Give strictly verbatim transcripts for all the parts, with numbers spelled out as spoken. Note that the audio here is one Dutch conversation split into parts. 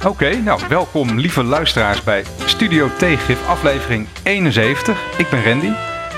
Oké, okay, nou welkom lieve luisteraars bij Studio Tegengif aflevering eenenzeventig. Ik ben Randy.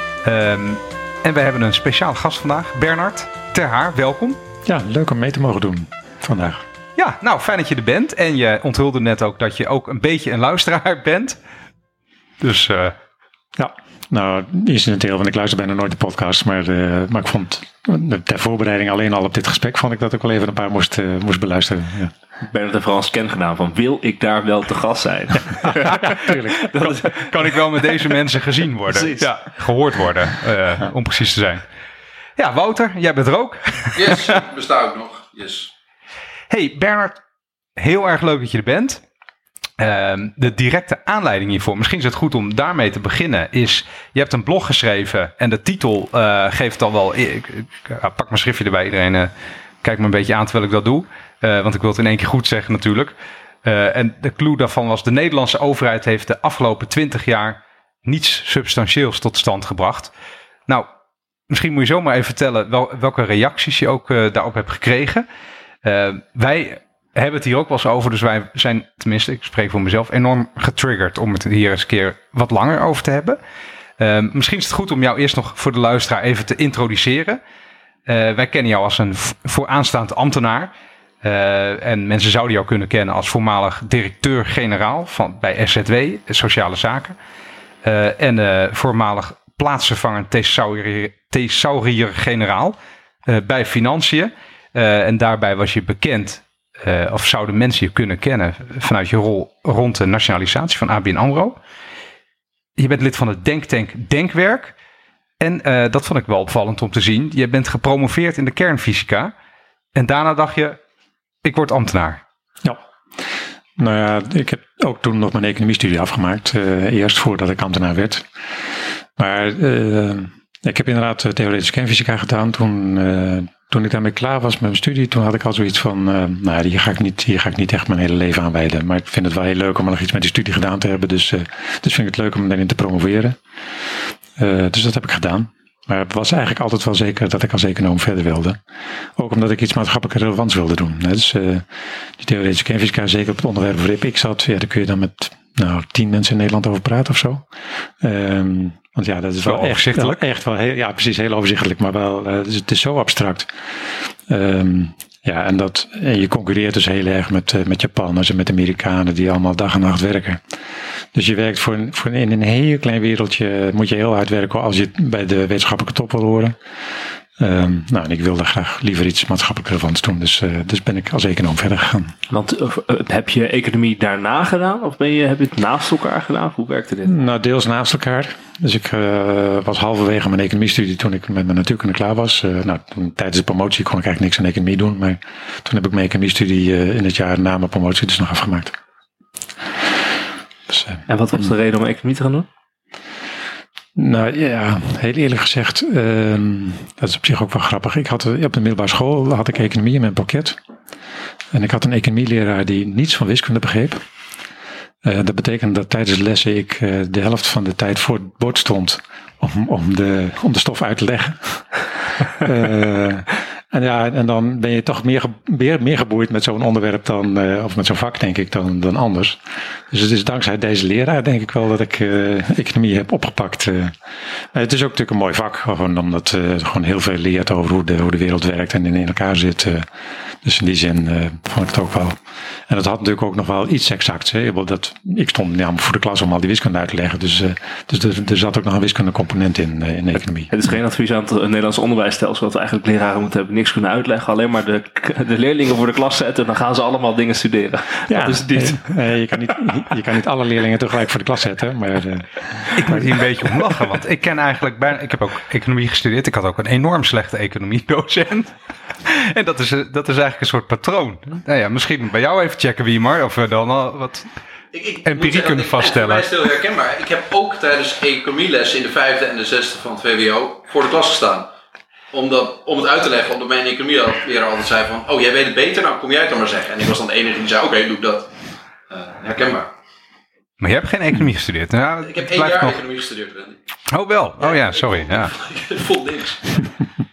Um, en wij hebben een speciaal gast vandaag, Bernard Ter Haar, welkom. Ja, leuk om mee te mogen doen vandaag. Ja, nou fijn dat je er bent. En je onthulde net ook dat je ook een beetje een luisteraar bent. Dus... Uh... Ja, nou incidenteel, want ik luister bijna nooit de podcast. Maar, uh, maar ik vond ter voorbereiding alleen al op dit gesprek vond ik dat ik wel even een paar moest, uh, moest beluisteren. Ja. Bernard heeft vooral een scan gedaan van wil ik daar wel te gast zijn? Ja, tuurlijk. Dat is, kan ik wel met deze mensen gezien worden? Ja, gehoord worden, uh, om precies te zijn. Ja, Wouter, jij bent er ook. Yes, ik besta ook nog. Yes. Hey Bernard, heel erg leuk dat je er bent. Uh, de directe aanleiding hiervoor, misschien is het goed om daarmee te beginnen, is je hebt een blog geschreven en de titel uh, geeft al wel, ik, ik, ik pak mijn schriftje erbij, iedereen uh, kijkt me een beetje aan terwijl ik dat doe, uh, want ik wil het in één keer goed zeggen natuurlijk. Uh, en de clue daarvan was, de Nederlandse overheid heeft de afgelopen twintig jaar niets substantieels tot stand gebracht. Nou, misschien moet je zomaar even vertellen wel, welke reacties je ook uh, daarop hebt gekregen. Uh, wij hebben het hier ook wel eens over, dus wij zijn, tenminste ik spreek voor mezelf, enorm getriggerd om het hier eens een keer wat langer over te hebben. Uh, misschien is het goed om jou eerst nog voor de luisteraar even te introduceren. Uh, wij kennen jou als een vooraanstaand ambtenaar. Uh, en mensen zouden jou kunnen kennen als voormalig directeur-generaal van, bij S Z W, Sociale Zaken. Uh, en uh, voormalig plaatsvervangend thesaurier-generaal uh, bij Financiën. Uh, en daarbij was je bekend, uh, of zouden mensen je kunnen kennen vanuit je rol rond de nationalisatie van A B N AMRO. Je bent lid van het denktank Denkwerk. En uh, dat vond ik wel opvallend om te zien. Je bent gepromoveerd in de kernfysica. En daarna dacht je, ik word ambtenaar. Ja, nou ja, ik heb ook toen nog mijn economiestudie afgemaakt. Uh, eerst voordat ik ambtenaar werd. Maar uh, ik heb inderdaad theoretische kernfysica gedaan. Toen, uh, toen ik daarmee klaar was met mijn studie, toen had ik al zoiets van, uh, nou hier ga ik niet, hier ga ik niet echt mijn hele leven aan wijden. Maar ik vind het wel heel leuk om nog iets met die studie gedaan te hebben. Dus, uh, dus vind ik het leuk om daarin te promoveren. Uh, dus dat heb ik gedaan. Maar het was eigenlijk altijd wel zeker dat ik als econoom verder wilde. Ook omdat ik iets maatschappelijke relevants wilde doen. Dus uh, die theoretische kernfysica, zeker op het onderwerp waarop ik zat, ja, daar kun je dan met nou, tien mensen in Nederland over praten of zo. Um, want ja, dat is wel, wel overzichtelijk. Echt, echt wel heel, ja, precies, heel overzichtelijk, maar wel, uh, het is zo abstract. Um, ja, en, dat, en je concurreert dus heel erg met, uh, met Japanners en met Amerikanen die allemaal dag en nacht werken. Dus je werkt voor, voor in een heel klein wereldje, moet je heel hard werken als je bij de wetenschappelijke top wil horen. Um, nou, en ik wilde graag liever iets maatschappelijk relevants doen, dus, uh, dus ben ik als econoom verder gegaan. Want uh, heb je economie daarna gedaan of ben je, heb je het naast elkaar gedaan? Hoe werkte dit? Nou, deels naast elkaar. Dus ik uh, was halverwege mijn economiestudie toen ik met mijn natuurkunde klaar was. Uh, nou, toen, tijdens de promotie kon ik eigenlijk niks aan economie doen, maar toen heb ik mijn economiestudie uh, in het jaar na mijn promotie dus nog afgemaakt. Dus, uh, en wat was de reden om economie te gaan doen? Nou ja, heel eerlijk gezegd, uh, dat is op zich ook wel grappig. Ik had op de middelbare school had ik economie in mijn pakket. En ik had een economieleraar die niets van wiskunde begreep. Uh, dat betekende dat tijdens de lessen ik uh, de helft van de tijd voor het bord stond om, om, de, om de stof uit te leggen. uh, En ja, en dan ben je toch meer, meer, meer geboeid met zo'n onderwerp dan, uh, of met zo'n vak denk ik, dan, dan anders. Dus het is dankzij deze leraar denk ik wel dat ik uh, economie heb opgepakt. Uh, het is ook natuurlijk een mooi vak, gewoon omdat uh, het gewoon heel veel leert over hoe de, hoe de wereld werkt en in elkaar zit. Uh, dus in die zin uh, vond ik het ook wel. En dat had natuurlijk ook nog wel iets exacts. Hè? Dat, ik stond ja, voor de klas om al die wiskunde uit te leggen, dus, uh, dus er, er zat ook nog een wiskundecomponent in, uh, in economie. Het is geen advies aan het Nederlands onderwijsstelsel dat we eigenlijk leraren moeten hebben niks kunnen uitleggen, alleen maar de, de leerlingen voor de klas zetten en dan gaan ze allemaal dingen studeren. Ja, dat is het niet. Nee, je, kan niet je kan niet alle leerlingen tegelijk voor de klas zetten. Maar, uh, ik moet hier een beetje om lachen, want ik ken eigenlijk bijna, ik heb ook economie gestudeerd, ik had ook een enorm slechte economiedocent. En dat is, dat is eigenlijk een soort patroon. Nou ja, misschien bij jou even checken wie maar, of we dan al wat ik, ik empirie zeggen, kunnen vaststellen. Voor mij is het heel herkenbaar. Ik heb ook tijdens economieles in de vijfde en de zesde van het V W O voor de klas gestaan. Om, dat, om het uit te leggen, omdat mijn economieleraar altijd zei van, oh jij weet het beter, nou kom jij het dan maar zeggen. En ik was dan de enige die zei, oké, okay, doe ik dat. Uh, herkenbaar. Maar je hebt geen economie gestudeerd? Nou, ik heb één jaar nog economie gestudeerd, Randy. Oh wel, oh ja, sorry. Ja. Vol niks.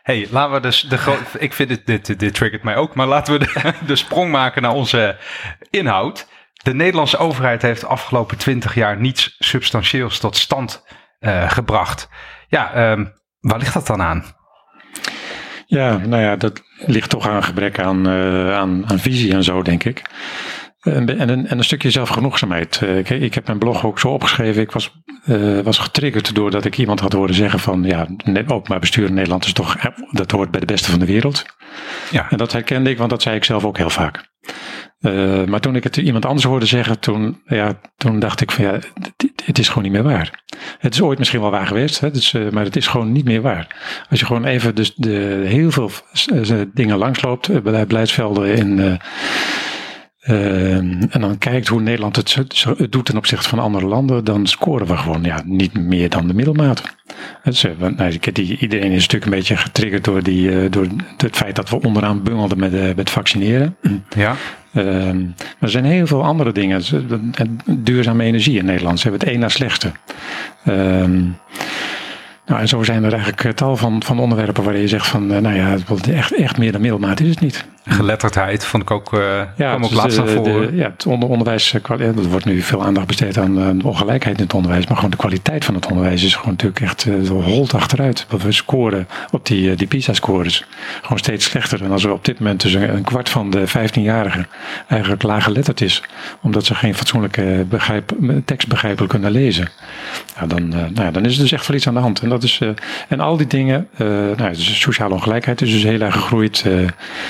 Hey, laten we dus de gro- ik vind dit, dit, dit triggert mij ook, maar laten we de, de sprong maken naar onze inhoud. De Nederlandse overheid heeft de afgelopen twintig jaar niets substantieels tot stand uh, gebracht. Ja, um, waar ligt dat dan aan? Ja, nou ja, dat ligt toch aan gebrek aan, uh, aan, aan visie en zo, denk ik. En, en, een, en een stukje zelfgenoegzaamheid. Uh, ik, ik heb mijn blog ook zo opgeschreven. Ik was, uh, was getriggerd doordat ik iemand had horen zeggen van, ja, openbaar bestuur in Nederland is toch, dat hoort bij de beste van de wereld. Ja. En dat herkende ik, want dat zei ik zelf ook heel vaak. Uh, maar toen ik het iemand anders hoorde zeggen, toen, ja, toen dacht ik van ja, het, het is gewoon niet meer waar. Het is ooit misschien wel waar geweest, hè, dus, uh, maar het is gewoon niet meer waar. Als je gewoon even dus de, heel veel uh, dingen langsloopt, uh, beleidsvelden in... Uh, Uh, en dan kijkt hoe Nederland het, het doet ten opzichte van andere landen, dan scoren we gewoon ja, niet meer dan de middelmaat. Dus, uh, nou, die, iedereen is natuurlijk een beetje getriggerd door, die, uh, door het feit dat we onderaan bungelden met, uh, met vaccineren. Ja. Uh, maar er zijn heel veel andere dingen. Duurzame energie in Nederland, ze hebben het één na slechtste. Uh, Nou, en zo zijn er eigenlijk tal van, van onderwerpen waar je zegt van, uh, nou ja, echt, echt meer dan middelmaat is het niet. Geletterdheid vond ik ook, uh, ja, kwam ook dus laatst de, naar voren. De, ja, het onder, onderwijs, er wordt nu veel aandacht besteed aan uh, de ongelijkheid in het onderwijs, maar gewoon de kwaliteit van het onderwijs is gewoon natuurlijk echt uh, holt achteruit. We scoren op die, uh, die PISA-scores gewoon steeds slechter. En als er op dit moment dus een, een kwart van de vijftienjarigen eigenlijk laaggeletterd is, omdat ze geen fatsoenlijke begrijp, tekst begrijpelijk kunnen lezen, ja, dan, uh, nou ja, dan is er dus echt wel iets aan de hand. En dat is, uh, en al die dingen, uh, nou ja, dus sociale ongelijkheid is dus heel erg gegroeid. Uh,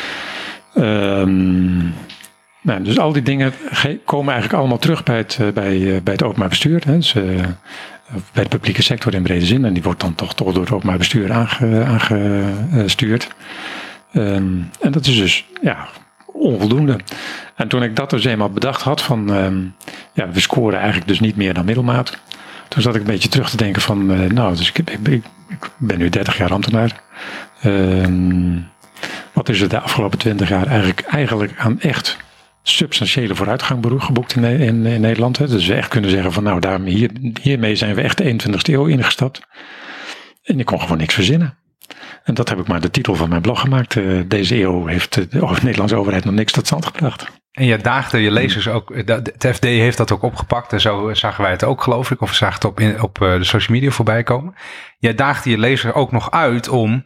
um, nou, dus al die dingen ge- komen eigenlijk allemaal terug bij het, uh, bij, uh, bij het openbaar bestuur. Hè. Dus, uh, bij de publieke sector in brede zin. En die wordt dan toch, toch door het openbaar bestuur aange, aangestuurd. Um, en dat is dus ja, onvoldoende. En toen ik dat dus eenmaal bedacht had van, um, ja, we scoren eigenlijk dus niet meer dan middelmaat. Toen zat ik een beetje terug te denken van, uh, nou, dus ik, ik, ik, ik ben nu dertig jaar ambtenaar. Um, wat is er de afgelopen twintig jaar eigenlijk, eigenlijk aan echt substantiële vooruitgang geboekt in, in, in Nederland? Hè? Dus we echt kunnen zeggen van, nou, daarmee, hier, hiermee zijn we echt de eenentwintigste eeuw ingestapt. En ik kon gewoon niks verzinnen. En dat heb ik maar de titel van mijn blog gemaakt. Uh, deze eeuw heeft de Nederlandse overheid nog niks tot stand gebracht. En je daagde je lezers ook, het F D heeft dat ook opgepakt en zo zagen wij het ook, geloof ik, of we zagen het op, in, op de social media voorbij komen. Jij daagde je lezer ook nog uit om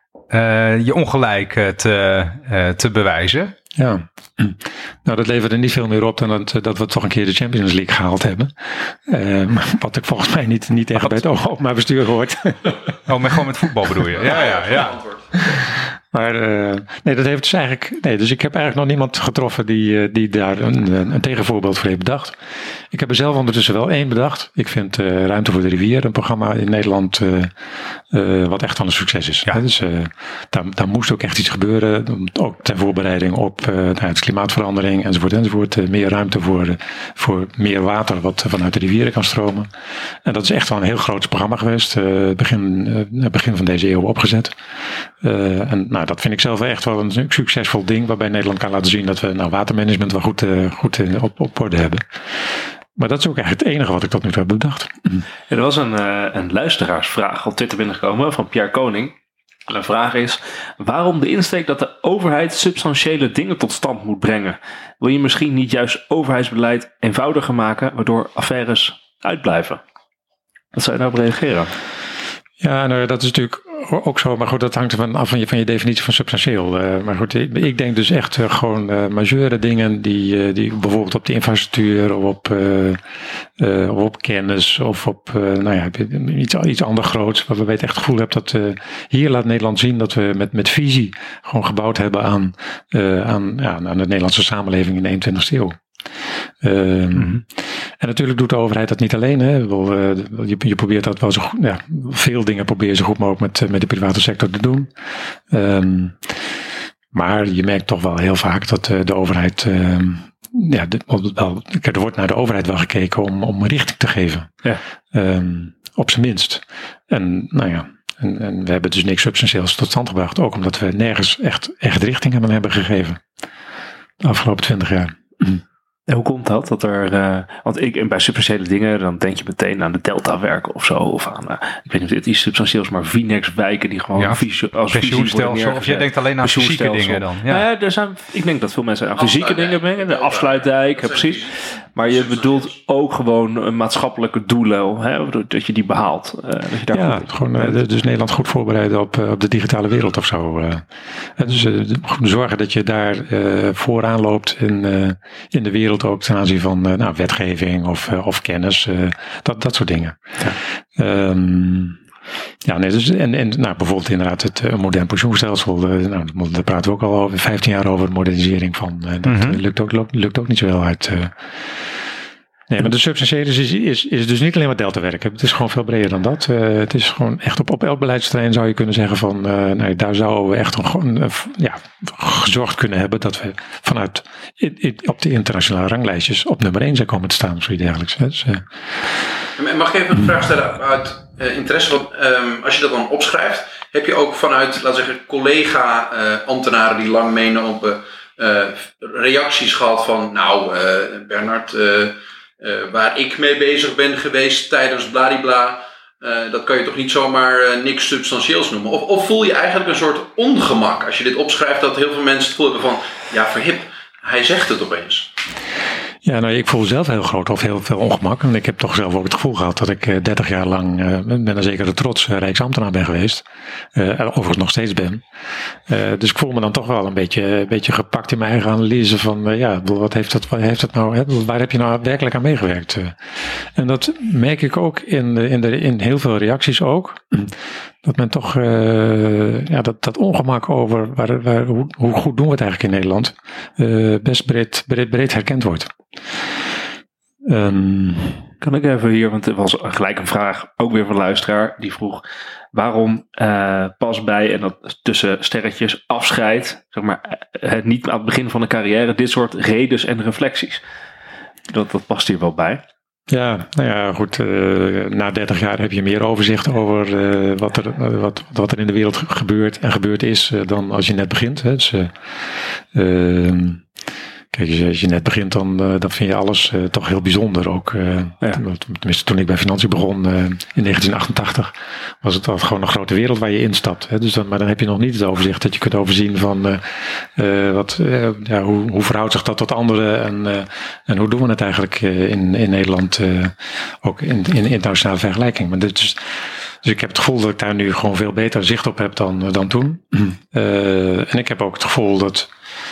uh, je ongelijk te, uh, te bewijzen. Ja, nou dat leverde niet veel meer op dan dat, dat we toch een keer de Champions League gehaald hebben. Uh, wat ik volgens mij niet, niet echt bij het openbaar bestuur hoort. Oh, maar gewoon met voetbal bedoel je? Ja, ja, ja. Maar uh, nee, dat heeft dus eigenlijk. Nee, dus ik heb eigenlijk nog niemand getroffen die, die daar een, een tegenvoorbeeld voor heeft bedacht. Ik heb er zelf ondertussen wel één bedacht. Ik vind uh, Ruimte voor de Rivier, een programma in Nederland, uh, uh, wat echt wel een succes is. Ja. Dus uh, daar, daar moest ook echt iets gebeuren. Ook ter voorbereiding op uh, nou, het klimaatverandering enzovoort enzovoort. Uh, meer ruimte voor, uh, voor meer water wat vanuit de rivieren kan stromen. En dat is echt wel een heel groot programma geweest. Uh, begin, uh, begin van deze eeuw opgezet. Uh, en nou, dat vind ik zelf echt wel een succesvol ding, waarbij Nederland kan laten zien dat we nou, watermanagement wel goed, uh, goed uh, op, op orde hebben. Maar dat is ook eigenlijk het enige wat ik tot nu toe heb bedacht. Ja, er was een, uh, een luisteraarsvraag op Twitter binnengekomen van Pierre Koning. En de vraag is, waarom de insteek dat de overheid substantiële dingen tot stand moet brengen? Wil je misschien niet juist overheidsbeleid eenvoudiger maken, waardoor affaires uitblijven? Wat zou je daarop reageren? Ja, nou, dat is natuurlijk ook zo, maar goed, dat hangt ervan af van je, van je definitie van substantieel. Uh, maar goed, ik, ik denk dus echt uh, gewoon uh, majeure dingen die, uh, die bijvoorbeeld op de infrastructuur of op, uh, uh, of op kennis of op uh, nou ja, iets, iets anders groots. Waar we echt het gevoel hebben dat uh, hier laat Nederland zien dat we met, met visie gewoon gebouwd hebben aan, uh, aan, ja, aan de Nederlandse samenleving in de eenentwintigste eeuw. Uh, mm-hmm. En natuurlijk doet de overheid dat niet alleen. Hè. Je, je probeert dat wel zo goed. Ja, veel dingen probeer je zo goed mogelijk met, met de private sector te doen. Um, maar je merkt toch wel heel vaak dat uh, de overheid. Um, ja, de, wel, er wordt naar de overheid wel gekeken om, om richting te geven. Ja. Um, op zijn minst. En nou ja. En, en we hebben dus niks substantieels tot stand gebracht. Ook omdat we nergens echt, echt richting aan hebben gegeven. De afgelopen twintig jaar. En hoe komt dat? dat er, uh, want ik, bij substantiële dingen, dan denk je meteen aan de deltawerken of zo. Of aan, uh, ik weet niet of dit iets substantieels, maar Vinex-wijken die gewoon ja, visie, als pensioenstelsel. Of jij denkt alleen aan fysieke dingen dan? Ja. Ja, er zijn, ik denk dat veel mensen aan fysieke dingen denken. De afsluitdijk, ja, precies. Maar je bedoelt ook gewoon maatschappelijke doelen, hè, dat je die behaalt. Uh, dat je daar ja, goed gewoon uh, dus Nederland goed voorbereiden op, uh, op de digitale wereld of zo. Uh, dus uh, zorgen dat je daar uh, vooraan loopt in, uh, in de wereld ook ten aanzien van uh, nou, wetgeving of, uh, of kennis. Uh, dat, dat soort dingen. Ja. Um, Ja, nee, dus, en, en nou, bijvoorbeeld inderdaad het uh, modern pensioenstelsel, uh, nou, daar praten we ook al over vijftien jaar over, de modernisering van. Uh, dat mm-hmm. lukt, ook, lukt, lukt ook niet zo heel uit. Uh. Nee, maar de substantiële is, is, is dus niet alleen maar deltawerken. Het is gewoon veel breder dan dat. Uh, het is gewoon echt op, op elk beleidsterrein zou je kunnen zeggen van, uh, nou, daar zouden we echt gewoon uh, ja, gezorgd kunnen hebben dat we vanuit in, in, op de internationale ranglijstjes op nummer één zijn komen te staan of zoiets dergelijks. Dus, uh, Mag ik even een vraag stellen uit uh, interesse? Want um, als je dat dan opschrijft, heb je ook vanuit, laten we zeggen, collega-ambtenaren uh, die lang menen op uh, uh, reacties gehad van, nou, uh, Bernard, uh, uh, waar ik mee bezig ben geweest tijdens bladibla, uh, dat kan je toch niet zomaar uh, niks substantieels noemen? Of, of voel je eigenlijk een soort ongemak als je dit opschrijft, dat heel veel mensen het voelen van, ja, verhip, hij zegt het opeens. Ja, nou, ik voel zelf heel groot of heel veel ongemak. En ik heb toch zelf ook het gevoel gehad dat ik uh, dertig jaar lang uh, met een zekere trots uh, Rijksambtenaar ben geweest. Uh, overigens nog steeds ben. Uh, dus ik voel me dan toch wel een beetje, een beetje gepakt in mijn eigen analyse van, uh, ja, wat heeft dat, wat heeft dat nou, hè, waar heb je nou werkelijk aan meegewerkt? Uh, en dat merk ik ook in, de, in, de, in heel veel reacties ook. Dat men toch, uh, ja, dat, dat ongemak over waar, waar, hoe, hoe goed doen we het eigenlijk in Nederland, uh, best breed, breed, breed herkend wordt. Um, kan ik even hier, want er was gelijk een vraag, ook weer van een luisteraar, die vroeg waarom uh, pas bij, en dat tussen sterretjes, afscheid, zeg maar, het niet aan het begin van de carrière, dit soort redens en reflecties. Dat, dat past hier wel bij. Ja, nou ja, goed. Uh, na dertig jaar heb je meer overzicht over uh, wat, er, uh, wat, wat er in de wereld gebeurt en gebeurd is uh, dan als je net begint. Hè. Dus, uh, uh, kijk, als je, als je net begint, dan, uh, dan vind je alles uh, toch heel bijzonder. Ook, uh, ja. Tenminste, toen ik bij Financiën begon uh, in negentien achtentachtig, was het gewoon een grote wereld waar je instapt. Hè. Dus dan, maar dan heb je nog niet het overzicht dat je kunt overzien van uh, uh, wat, uh, ja, hoe, hoe verhoudt zich dat tot anderen en, uh, en hoe doen we het eigenlijk uh, in, in Nederland, uh, ook in, in internationale vergelijking. Maar dit is, dus ik heb het gevoel dat ik daar nu gewoon veel beter zicht op heb dan, dan toen. Uh, en ik heb ook het gevoel dat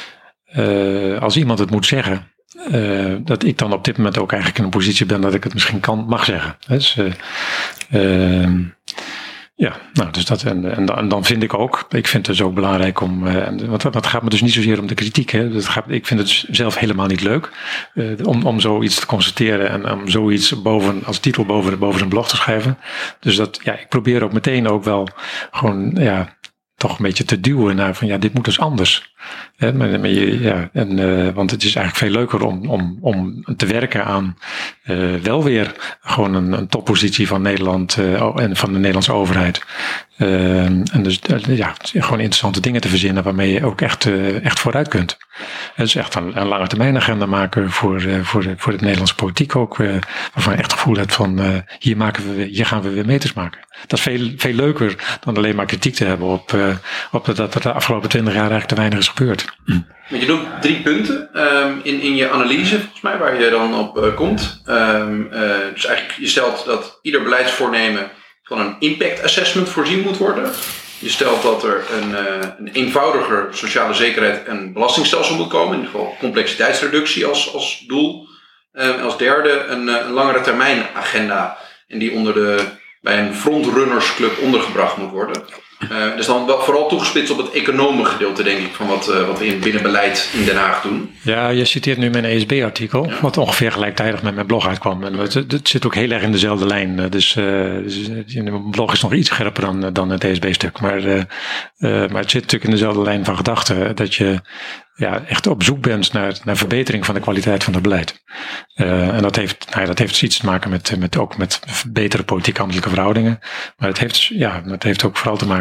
Uh, als iemand het moet zeggen, uh, dat ik dan op dit moment ook eigenlijk in een positie ben dat ik het misschien kan, mag zeggen. Dus, uh, uh, ja, nou, dus dat, en, en, en dan vind ik ook, ik vind het dus ook belangrijk om, uh, want dat gaat me dus niet zozeer om de kritiek, hè. Dat gaat, ik vind het dus zelf helemaal niet leuk, uh, om, om zoiets te constateren en om zoiets boven, als titel boven, boven zijn blog te schrijven. Dus dat, ja, ik probeer ook meteen ook wel gewoon, ja, toch een beetje te duwen naar van ja, dit moet dus anders. He, maar, maar je, ja, en, uh, want het is eigenlijk veel leuker om, om, om te werken aan uh, wel weer gewoon een, een toppositie van Nederland uh, en van de Nederlandse overheid. Uh, en dus uh, ja, gewoon interessante dingen te verzinnen waarmee je ook echt, uh, echt vooruit kunt. Het is echt een, een lange termijn agenda maken voor, uh, voor, de, voor de Nederlandse politiek ook, uh, waarvan je echt het gevoel hebt van uh, hier, maken we, hier gaan we weer meters maken. Dat is veel, veel leuker dan alleen maar kritiek te hebben op, uh, op dat, dat er de afgelopen twintig jaar eigenlijk te weinig is gebeurd. Je doet drie punten um, in, in je analyse, volgens mij, waar je dan op uh, komt. Um, uh, dus eigenlijk, je stelt dat ieder beleidsvoornemen van een impact assessment voorzien moet worden. Je stelt dat er een, uh, een eenvoudiger sociale zekerheid en belastingstelsel moet komen. In ieder geval complexiteitsreductie als, als doel. Um, en als derde een, een langere termijn agenda. En die onder de, bij een frontrunnersclub ondergebracht moet worden. Uh, dus dan wel vooral toegespitst op het economengedeelte, denk ik, van wat, uh, wat we in binnenbeleid in Den Haag doen. Ja, je citeert nu mijn E S B-artikel, ja, wat ongeveer gelijktijdig met mijn blog uitkwam. En het, het zit ook heel erg in dezelfde lijn. Dus, uh, dus mijn blog is nog iets scherper dan, dan het E S B-stuk. Maar, uh, uh, maar het zit natuurlijk in dezelfde lijn van gedachten, dat je ja, echt op zoek bent naar, naar verbetering van de kwaliteit van het beleid. Uh, en dat heeft, nou ja, dat heeft iets te maken met, met ook met betere politiek-ambtelijke verhoudingen. Maar het heeft, ja, het heeft ook vooral te maken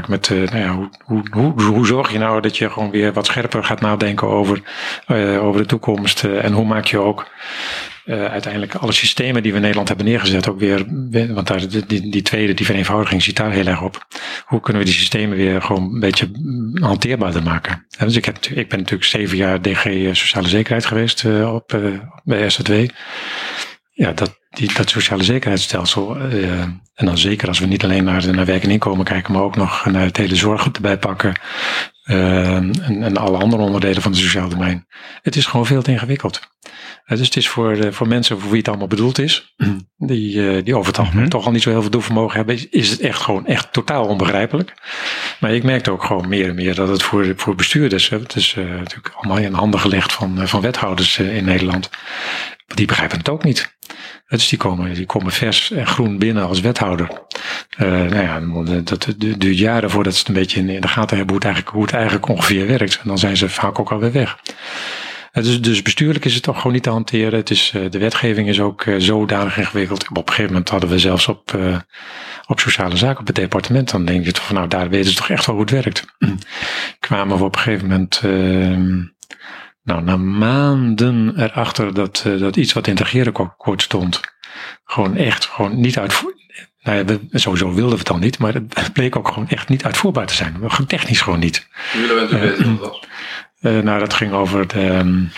maken met, uh, nou ja, hoe, hoe, hoe, hoe zorg je nou dat je gewoon weer wat scherper gaat nadenken over, uh, over de toekomst. Uh, en hoe maak je ook uh, uiteindelijk alle systemen die we in Nederland hebben neergezet ook weer, want daar, die, die tweede, die vereenvoudiging zit daar heel erg op. Hoe kunnen we die systemen weer gewoon een beetje hanteerbaarder maken? Ja, dus ik, heb, ik ben natuurlijk zeven jaar D G Sociale Zekerheid geweest uh, op, uh, bij S Z W. Ja, dat, die, dat sociale zekerheidsstelsel, uh, en dan zeker als we niet alleen naar, naar werk en inkomen kijken, maar ook nog naar het hele zorg erbij pakken, uh, en, en alle andere onderdelen van het sociaal domein. Het is gewoon veel te ingewikkeld. Uh, dus het is voor, uh, voor mensen voor wie het allemaal bedoeld is, die, uh, die over het algemeen mm-hmm. toch al niet zo heel veel doelvermogen hebben, is, is het echt gewoon echt totaal onbegrijpelijk. Maar ik merkte ook gewoon meer en meer dat het voor, voor bestuurders, hè, het is uh, natuurlijk allemaal in handen gelegd van, uh, van wethouders uh, in Nederland, die begrijpen het ook niet. Dus die komen, die komen vers en groen binnen als wethouder. Uh, nou ja, dat duurt jaren voordat ze het een beetje in de gaten hebben hoe het eigenlijk, hoe het eigenlijk ongeveer werkt. En dan zijn ze vaak ook alweer weg. Uh, dus, dus bestuurlijk is het toch gewoon niet te hanteren. Het is, uh, de wetgeving is ook uh, zodanig ingewikkeld. Op een gegeven moment hadden we zelfs op, uh, op sociale zaken op het departement. Dan denk je toch van nou, daar weten ze toch echt wel hoe het werkt. Kwamen we op een gegeven moment... Uh, Nou, na maanden erachter dat, uh, dat iets wat in het regeerakkoord stond, gewoon echt gewoon niet uitvoerbaar. Nou ja, we, sowieso wilden we het dan niet, maar het bleek ook gewoon echt niet uitvoerbaar te zijn. Technisch gewoon niet. Jullie weten uh, weten wat dat was? Uh, nou, dat ging over de... Um,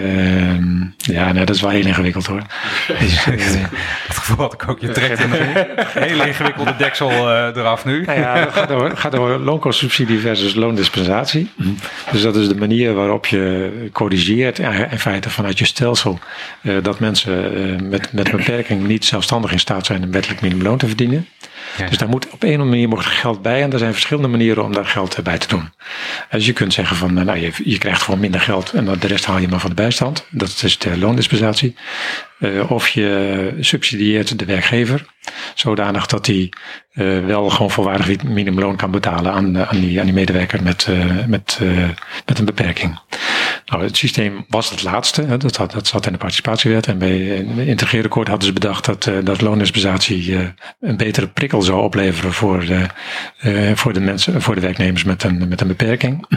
um, ja, nee, dat is wel heel ingewikkeld hoor. Dus, uh, dat gevoel had ik ook. Je trekt een hele ingewikkelde deksel uh, eraf nu. Nou ja, het gaat over, gaat over loonkostsubsidie versus loondispensatie. Mm. Dus dat is de manier waarop je corrigeert in feite vanuit je stelsel uh, dat mensen uh, met, met een beperking niet zelfstandig in staat zijn een wettelijk minimumloon te verdienen. Ja. Dus daar moet op een of andere manier moet geld bij en er zijn verschillende manieren om daar geld bij te doen. Dus je kunt zeggen van, nou, je, je krijgt gewoon minder geld en de rest haal je maar van de bijstand. Dat is de loondispensatie. Uh, of je subsidieert de werkgever, zodanig dat hij uh, wel gewoon volwaardig minimumloon kan betalen aan, aan, die, aan die medewerker met, uh, met, uh, met een beperking. Nou, het systeem was het laatste, hè, dat, had, dat zat in de participatiewet en bij het integreerakkoord hadden ze bedacht dat, uh, dat loondispensatie uh, een betere prikkel zou opleveren voor de, uh, voor de mensen, voor de werknemers met een, met een beperking.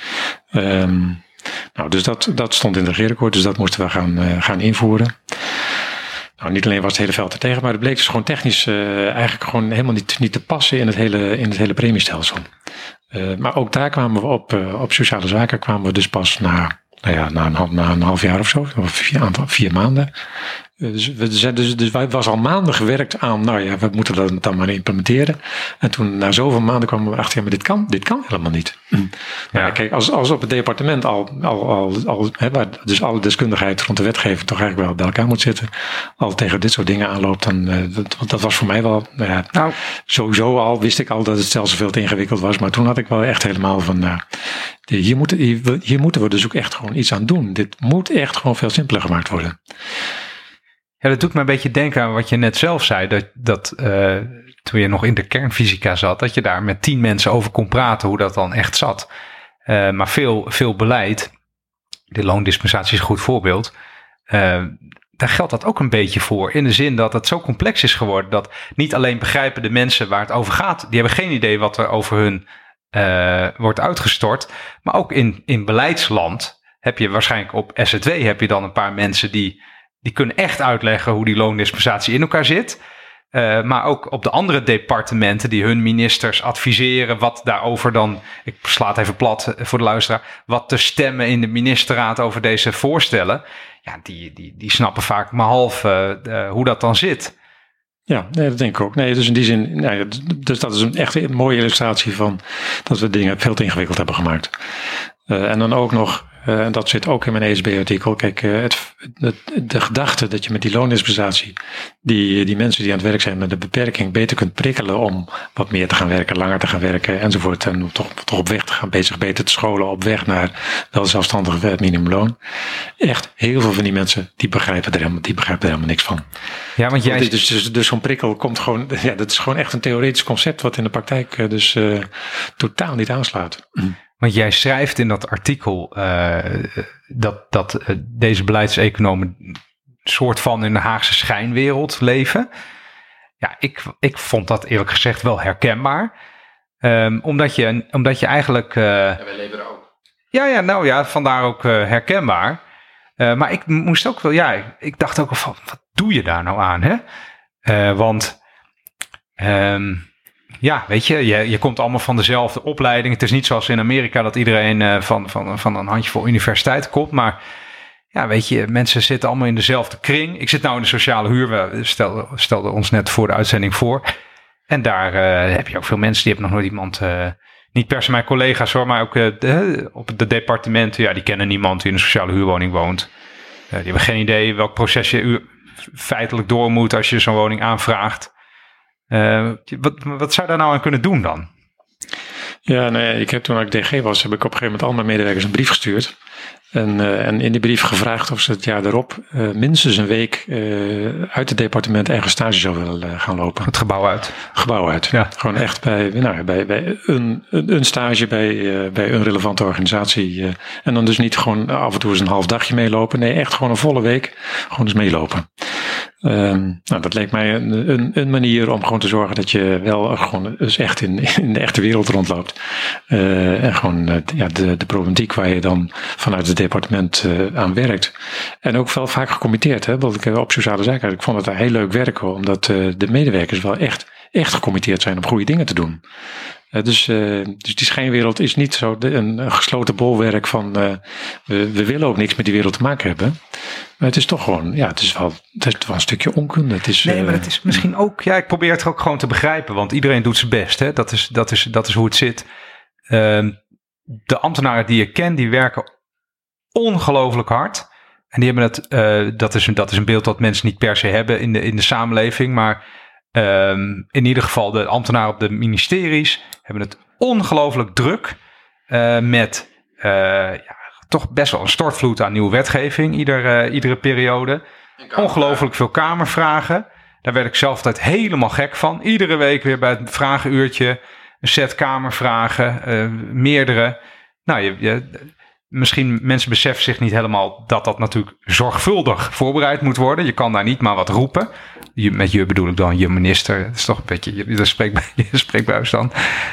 Um, Nou, dus dat, dat stond in het regeerakkoord, dus dat moesten we gaan, uh, gaan invoeren. Nou, niet alleen was het hele veld er tegen, maar het bleek dus gewoon technisch uh, eigenlijk gewoon helemaal niet, niet te passen in het hele, in het hele premiestelsel. Uh, maar ook daar kwamen we op, uh, op sociale zaken kwamen we dus pas na, nou ja, na, een, na een half jaar of zo, of vier, aantal, vier maanden. Dus, we zijn dus, dus wij was al maanden gewerkt aan, nou ja, we moeten dat dan maar implementeren. En toen na zoveel maanden kwamen we achter, ja, maar dit kan, dit kan helemaal niet. Ja. Nou, kijk, als, als op het departement al, al, al, al hè, waar dus alle deskundigheid rond de wetgeving toch eigenlijk wel bij elkaar moet zitten, al tegen dit soort dingen aanloopt, dan, uh, dat, dat was voor mij wel, nou ja, nou, sowieso al wist ik al dat het stelsel veel te ingewikkeld was, maar toen had ik wel echt helemaal van, nou, hier, moet, hier, hier moeten we dus ook echt gewoon iets aan doen. Dit moet echt gewoon veel simpeler gemaakt worden. Ja, dat doet me een beetje denken aan wat je net zelf zei. Dat, dat uh, toen je nog in de kernfysica zat, dat je daar met tien mensen over kon praten hoe dat dan echt zat. Uh, maar veel, veel beleid, de loondispensatie is een goed voorbeeld. Uh, daar geldt dat ook een beetje voor. In de zin dat het zo complex is geworden dat niet alleen begrijpen de mensen waar het over gaat. Die hebben geen idee wat er over hun uh, wordt uitgestort. Maar ook in, in beleidsland heb je waarschijnlijk op S Z W heb je dan een paar mensen die... Die kunnen echt uitleggen hoe die loondispensatie in elkaar zit. Uh, maar ook op de andere departementen die hun ministers adviseren wat daarover dan, ik sla het even plat voor de luisteraar, wat te stemmen in de ministerraad over deze voorstellen. Ja, die, die, die snappen vaak maar half uh, uh, hoe dat dan zit. Ja, nee, dat denk ik ook. Nee, dus in die zin, nou ja, dus dat is een echt een mooie illustratie van dat we dingen veel te ingewikkeld hebben gemaakt. Uh, en dan ook nog, uh, en dat zit ook in mijn E S B-artikel, kijk, uh, het, het, de gedachte dat je met die loondispensatie die, die mensen die aan het werk zijn met een beperking beter kunt prikkelen om wat meer te gaan werken, langer te gaan werken enzovoort. En toch, toch op weg te gaan, bezig beter te scholen, op weg naar wel zelfstandig minimumloon. Echt, heel veel van die mensen, die begrijpen er helemaal, die begrijpen er helemaal niks van. Ja, want jij... Dus, dus, dus zo'n prikkel komt gewoon, ja, dat is gewoon echt een theoretisch concept wat in de praktijk uh, dus uh, totaal niet aanslaat. Want jij schrijft in dat artikel uh, dat, dat uh, deze beleidseconomen soort van in de Haagse schijnwereld leven. Ja, ik, ik vond dat eerlijk gezegd wel herkenbaar. Um, omdat, je, omdat je eigenlijk... Uh, ja, wij leven er ook. Ja, ja, nou ja, vandaar ook uh, herkenbaar. Uh, maar ik moest ook wel... Ja, ik dacht ook van, wat doe je daar nou aan, hè? Uh, want... Um, ja, weet je, je, je komt allemaal van dezelfde opleiding. Het is niet zoals in Amerika dat iedereen uh, van, van, van een handjevol universiteit komt. Maar ja, weet je, mensen zitten allemaal in dezelfde kring. Ik zit nou in de sociale huur. We stelden, stelden ons net voor de uitzending voor. En daar uh, heb je ook veel mensen, die hebben nog nooit iemand... Uh, niet per se mijn collega's hoor, maar ook uh, de, op de departementen. Ja, die kennen niemand die in een sociale huurwoning woont. Uh, die hebben geen idee welk proces je u, feitelijk door moet als je zo'n woning aanvraagt. Uh, wat, wat zou je daar nou aan kunnen doen dan? Ja, nee, ik heb toen ik D G was, heb ik op een gegeven moment al mijn medewerkers een brief gestuurd. En, uh, en in die brief gevraagd of ze het jaar daarop uh, minstens een week uh, uit het departement eigen stage zou willen uh, gaan lopen. Het gebouw uit. Gebouw uit. Ja. Gewoon echt bij, nou, bij, bij een, een, een stage bij, uh, bij een relevante organisatie. Uh, en dan dus niet gewoon af en toe eens een half dagje meelopen. Nee, echt gewoon een volle week gewoon eens meelopen. Um, nou, dat leek mij een, een, een manier om gewoon te zorgen dat je wel gewoon dus echt in, in de echte wereld rondloopt. Uh, en gewoon uh, ja, de, de problematiek waar je dan vanuit het departement uh, aan werkt. En ook wel vaak gecommitteerd. Hè? Want ik op sociale zaken, ik vond het daar heel leuk werken. Omdat uh, de medewerkers wel echt, echt gecommitteerd zijn om goede dingen te doen. Uh, dus, uh, dus die schijnwereld is niet zo de, een, een gesloten bolwerk van uh, we, we willen ook niks met die wereld te maken hebben. Maar het is toch gewoon, ja, het is wel, het is wel een stukje onkunde. Het is, nee, maar het is misschien ook, ja, ik probeer het ook gewoon te begrijpen, want iedereen doet zijn best, hè? Dat is, dat is, dat is hoe het zit. Uh, de ambtenaren die je kent, die werken ongelooflijk hard. En die hebben het, uh, dat is, dat is een beeld dat mensen niet per se hebben in de, in de samenleving, maar um, in ieder geval de ambtenaren op de ministeries hebben het ongelooflijk druk uh, met uh, ja, toch best wel een stortvloed aan nieuwe wetgeving ieder, uh, iedere periode. Ongelooflijk veel kamervragen. Daar werd ik zelf altijd helemaal gek van. Iedere week weer bij het vragenuurtje een set kamervragen, uh, meerdere. Nou, je, je, misschien mensen beseffen zich niet helemaal dat dat natuurlijk zorgvuldig voorbereid moet worden. Je kan daar niet maar wat roepen. Je, met je bedoel ik dan je minister. Dat is toch een beetje, je, je spreekt, je spreekbuis dan.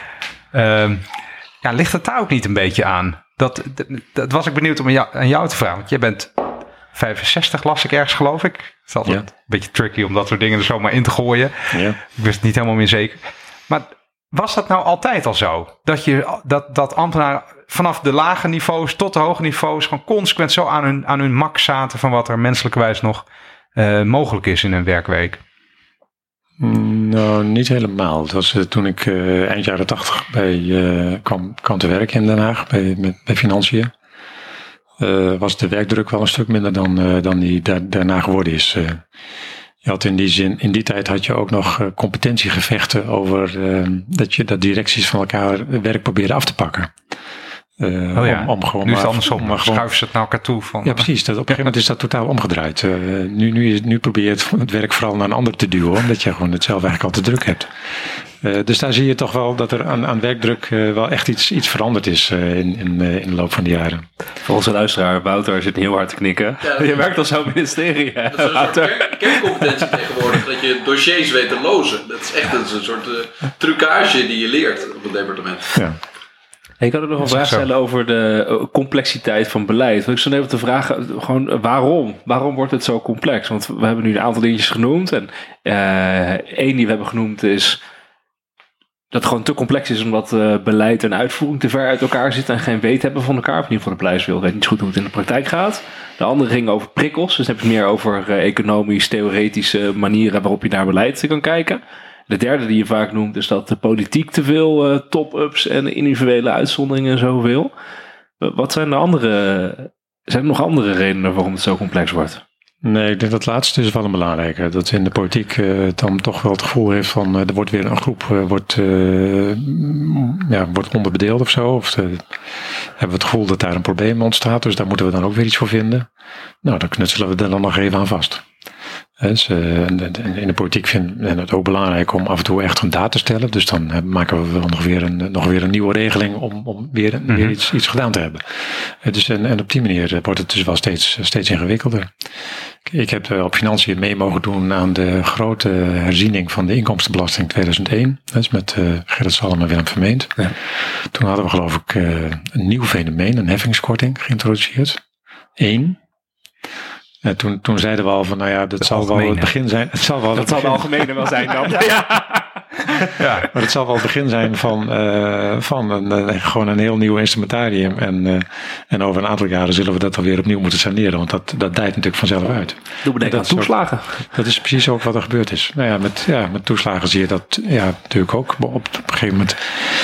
Uh, ja, ligt het daar ook niet een beetje aan? Dat, dat, dat was ik benieuwd om aan jou, aan jou te vragen. Want jij bent vijfenzestig, las ik ergens, geloof ik. Het is altijd ja. een beetje tricky om dat soort dingen er zomaar in te gooien. Ja. Ik wist het niet helemaal meer zeker. Maar was dat nou altijd al zo? Dat, je, dat, dat ambtenaren vanaf de lage niveaus tot de hoge niveaus gewoon consequent zo aan hun, aan hun max zaten van wat er menselijkerwijs nog uh, mogelijk is in een werkweek? Nou, niet helemaal. Dat was uh, toen ik uh, eind jaren tachtig bij uh, kwam, kwam te werken in Den Haag bij, met, bij Financiën. Uh, was de werkdruk wel een stuk minder dan, uh, dan die da- daarna geworden is. Uh, je had in die zin, in die tijd had je ook nog uh, competentiegevechten over uh, dat je dat directies van elkaar werk probeerde af te pakken. Uh, oh ja, om, om gewoon nu is het maar, andersom. Maar gewoon, schuiven ze het naar elkaar toe. Van, ja, precies. Dat, op een gegeven moment is dat totaal omgedraaid. Uh, nu, nu, is, nu probeer je het, het werk vooral naar een ander te duwen, omdat je gewoon het zelf eigenlijk al te druk hebt. Uh, dus daar zie je toch wel dat er aan, aan werkdruk uh, wel echt iets, iets veranderd is uh, in, in, uh, in de loop van de jaren. Voor onze luisteraar, Wouter zit heel hard te knikken. Ja, je werkt als zo'n ministerie. Hè, dat is een Wouter. soort kern, kerncompetentie tegenwoordig, dat je dossiers weet te lozen. Dat is echt een, een soort uh, trucage die je leert op het departement. Ja. Hey, ik had ook nog een vraag stellen over de complexiteit van beleid. Ik zou even te vragen, gewoon waarom? Waarom wordt het zo complex? Want we hebben nu een aantal dingetjes genoemd. En uh, één die we hebben genoemd is dat het gewoon te complex is omdat uh, beleid en uitvoering te ver uit elkaar zitten en geen weet hebben van elkaar. Of in ieder geval de beleidswereld weet niet zo goed hoe het in de praktijk gaat. De andere ging over prikkels. Dus dan heb je meer over uh, economisch, theoretische manieren waarop je naar beleid kan kijken. De derde die je vaak noemt is dat de politiek te veel uh, top-ups en individuele uitzonderingen en zo wil. Wat zijn de andere, zijn er nog andere redenen waarom het zo complex wordt? Nee, ik denk dat het laatste is wel een belangrijke. Dat in de politiek uh, dan toch wel het gevoel heeft van uh, er wordt weer een groep uh, wordt, uh, ja, wordt onderbedeeld of zo. Of uh, hebben we het gevoel dat daar een probleem ontstaat. Dus daar moeten we dan ook weer iets voor vinden. Nou, dan knutselen we er dan nog even aan vast. Dus, uh, in de politiek vinden we het ook belangrijk om af en toe echt een daad te stellen. Dus dan uh, maken we wel nog weer een, nog weer een nieuwe regeling om, om weer, mm-hmm. weer iets, iets gedaan te hebben. Uh, dus, en, en op die manier wordt het dus wel steeds, steeds ingewikkelder. Ik heb uh, op financiën mee mogen doen aan de grote herziening van de inkomstenbelasting tweeduizend één. Dat is met uh, Gerrit Salm en Willem Vermeend. Ja. Toen hadden we geloof ik uh, een nieuw fenomeen, een heffingskorting geïntroduceerd. Eén. En toen, toen zeiden we al van, nou ja, dat de zal algemene. wel het begin zijn. Het zal wel dat zal de algemene wel zijn dan. ja. ja, maar het zal wel het begin zijn van, uh, van een, uh, gewoon een heel nieuw instrumentarium. En, uh, en over een aantal jaren zullen we dat alweer opnieuw moeten saneren. Want dat, dat dijt natuurlijk vanzelf uit. Doe bedenken aan toeslagen. Ook, dat is precies ook wat er gebeurd is. Nou ja, met, ja, met toeslagen zie je dat ja, natuurlijk ook op, op een gegeven moment.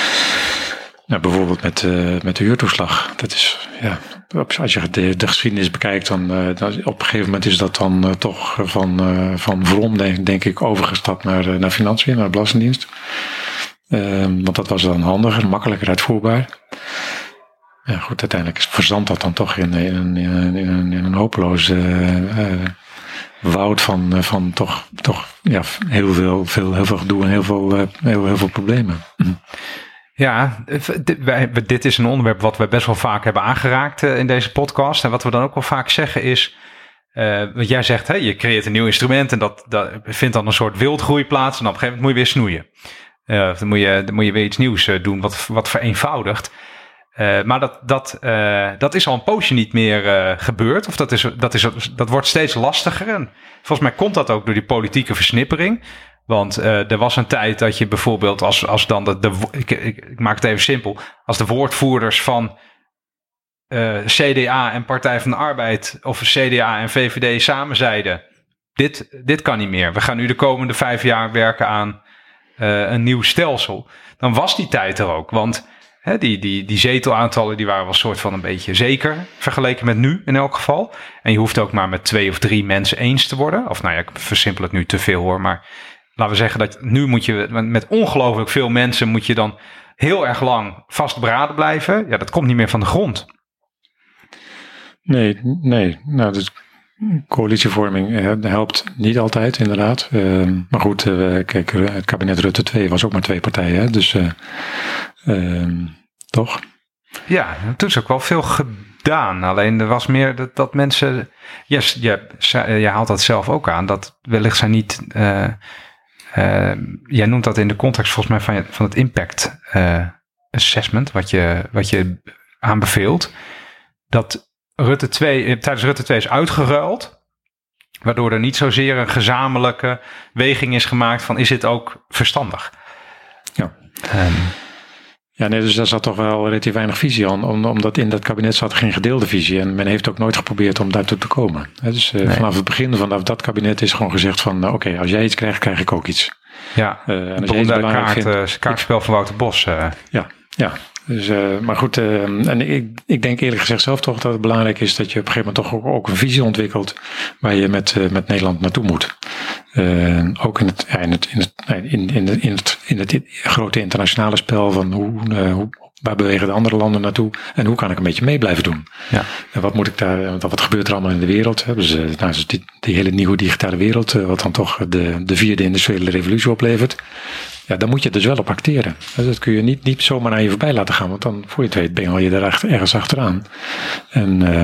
Nou, bijvoorbeeld met, uh, met de huurtoeslag. Dat is, ja, als je de, de geschiedenis bekijkt, dan, uh, dan op een gegeven moment is dat dan uh, toch van, uh, van Vrom, denk, denk ik, overgestapt naar, uh, naar Financiën, naar de Belastingdienst. Uh, want dat was dan handiger, makkelijker uitvoerbaar. Ja, goed, uiteindelijk verzandt dat dan toch in, in, in, in, in, een, in een hopeloze uh, uh, woud van, uh, van toch, toch ja, heel, veel, veel, heel veel gedoe en heel veel, uh, heel, heel veel problemen. Mm. Ja, dit is een onderwerp wat we best wel vaak hebben aangeraakt in deze podcast. En wat we dan ook wel vaak zeggen is, uh, wat jij zegt, hè, je creëert een nieuw instrument en dat, dat vindt dan een soort wildgroei plaats. En op een gegeven moment moet je weer snoeien. Uh, dan, moet je, dan moet je weer iets nieuws doen wat, wat vereenvoudigt. Uh, maar dat, dat, uh, dat is al een poosje niet meer uh, gebeurd. Of dat, is, dat, is, dat wordt steeds lastiger. En volgens mij komt dat ook door die politieke versnippering. Want uh, er was een tijd dat je bijvoorbeeld als, als dan de, de ik, ik, ik maak het even simpel, als de woordvoerders van uh, C D A en Partij van de Arbeid of C D A en V V D samen zeiden, dit, dit kan niet meer. We gaan nu de komende vijf jaar werken aan uh, een nieuw stelsel. Dan was die tijd er ook. Want hè, die, die, die zetelaantallen die waren wel een soort van een beetje zeker vergeleken met nu in elk geval. En je hoeft ook maar met twee of drie mensen eens te worden. Of nou ja, ik versimpel het nu te veel hoor, maar laten we zeggen dat nu moet je met ongelooflijk veel mensen moet je dan heel erg lang vastberaden blijven. Ja, dat komt niet meer van de grond. Nee, nee. Nou, dus coalitievorming uh, helpt niet altijd, inderdaad. Uh, maar goed, uh, kijk, het kabinet Rutte twee was ook maar twee partijen, hè? Dus uh, uh, toch? Ja, toen is ook wel veel gedaan. Alleen er was meer dat, dat mensen, yes, je, je haalt dat zelf ook aan, dat wellicht zijn niet. Uh, Uh, jij noemt dat in de context volgens mij van, van het impact uh, assessment, wat je, wat je aanbeveelt. Dat Rutte twee, tijdens Rutte twee is uitgeruild, waardoor er niet zozeer een gezamenlijke weging is gemaakt van is dit ook verstandig? Ja. Um, Ja, nee, dus daar zat toch wel relatief weinig visie aan, omdat in dat kabinet zat geen gedeelde visie en men heeft ook nooit geprobeerd om daartoe te komen. Dus uh, nee. vanaf het begin vanaf dat kabinet is gewoon gezegd van, uh, oké, okay, als jij iets krijgt, krijg ik ook iets. Ja, uh, en als jij iets belangrijk kaart, vindt, uh, kaartspel van Wouter Bos. Uh. Ja, ja. Dus, uh, maar goed, uh, en ik, ik denk eerlijk gezegd zelf toch dat het belangrijk is dat je op een gegeven moment toch ook, ook een visie ontwikkelt waar je met, uh, met Nederland naartoe moet. Uh, ook in het, ja, in, het, in, het, in, in, het, in, het, in het grote internationale spel van hoe, uh, hoe, waar bewegen de andere landen naartoe en hoe kan ik een beetje mee blijven doen. Ja. En wat moet ik daar, wat gebeurt er allemaal in de wereld? Hè? Dus, uh, nou, dus die, die hele nieuwe digitale wereld, uh, wat dan toch de, de vierde industriële revolutie oplevert. Ja, daar moet je dus wel op acteren. Dus dat kun je niet, niet zomaar aan je voorbij laten gaan, want dan voor je het weet ben je er achter, ergens achteraan. En, uh,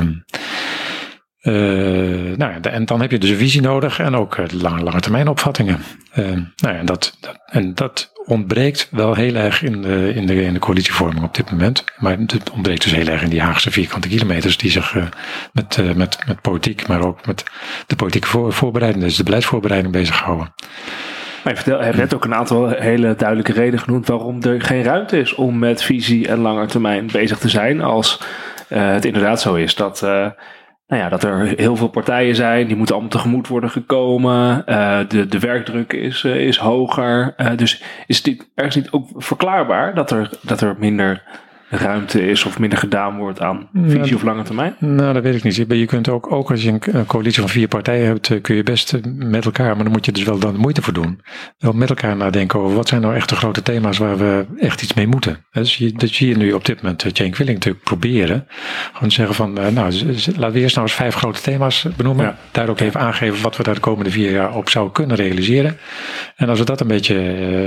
uh, nou ja, en dan heb je dus een visie nodig en ook uh, lange, lange termijn opvattingen. Uh, nou ja, dat, dat, en dat ontbreekt wel heel erg in de, in, de, in de coalitievorming op dit moment. Maar het ontbreekt dus heel erg in die Haagse vierkante kilometers die zich uh, met, uh, met, met politiek, maar ook met de politieke voor, voorbereiding, dus de beleidsvoorbereiding bezighouden. Maar je vertel, hebt net ook een aantal hele duidelijke redenen genoemd waarom er geen ruimte is om met visie en lange termijn bezig te zijn. Als uh, het inderdaad zo is dat, uh, nou ja, dat er heel veel partijen zijn, die moeten allemaal tegemoet worden gekomen. Uh, de, de werkdruk is, uh, is hoger. Uh, dus is het ergens niet ook verklaarbaar dat er, dat er minder ruimte is of minder gedaan wordt aan visie Nou, of lange termijn? Nou, dat weet ik niet. Je kunt ook, ook als je een, een coalitie van vier partijen hebt, kun je best met elkaar, maar dan moet je dus wel dan de moeite voor doen. Wel met elkaar nadenken over wat zijn nou echt de grote thema's waar we echt iets mee moeten. Dus je, dat zie je nu op dit moment Jane Quilling natuurlijk proberen. Gewoon zeggen van, nou, laten we eerst nou eens vijf grote thema's benoemen. Ja. Daar ook even aangeven wat we daar de komende vier jaar op zouden kunnen realiseren. En als we dat een beetje...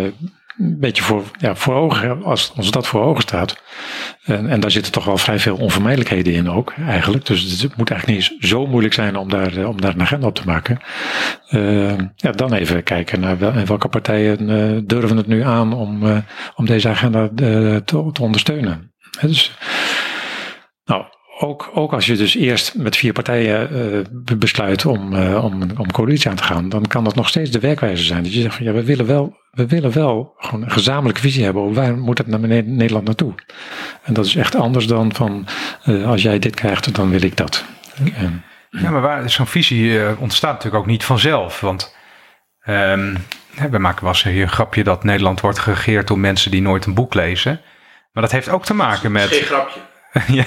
een beetje voor, ja, voor ogen, als ons dat voor ogen staat. En, en daar zitten toch wel vrij veel onvermijdelijkheden in ook, eigenlijk. Dus het moet eigenlijk niet zo moeilijk zijn om daar, om daar een agenda op te maken. Uh, ja, dan even kijken naar wel, welke partijen uh, durven het nu aan om, uh, om deze agenda uh, te, te ondersteunen. He, dus, nou, Ook, ook als je dus eerst met vier partijen uh, besluit om, uh, om, om coalitie aan te gaan, dan kan dat nog steeds de werkwijze zijn. Dat je zegt van ja, we willen wel, we willen wel gewoon een gezamenlijke visie hebben over waar moet het naar Nederland naartoe. En dat is echt anders dan van uh, als jij dit krijgt, dan wil ik dat. En, ja, maar waar, zo'n visie uh, ontstaat natuurlijk ook niet vanzelf. Want um, we maken wel eens hier een grapje dat Nederland wordt geregeerd door mensen die nooit een boek lezen. Maar dat heeft ook te maken met... Geen grapje. Ja,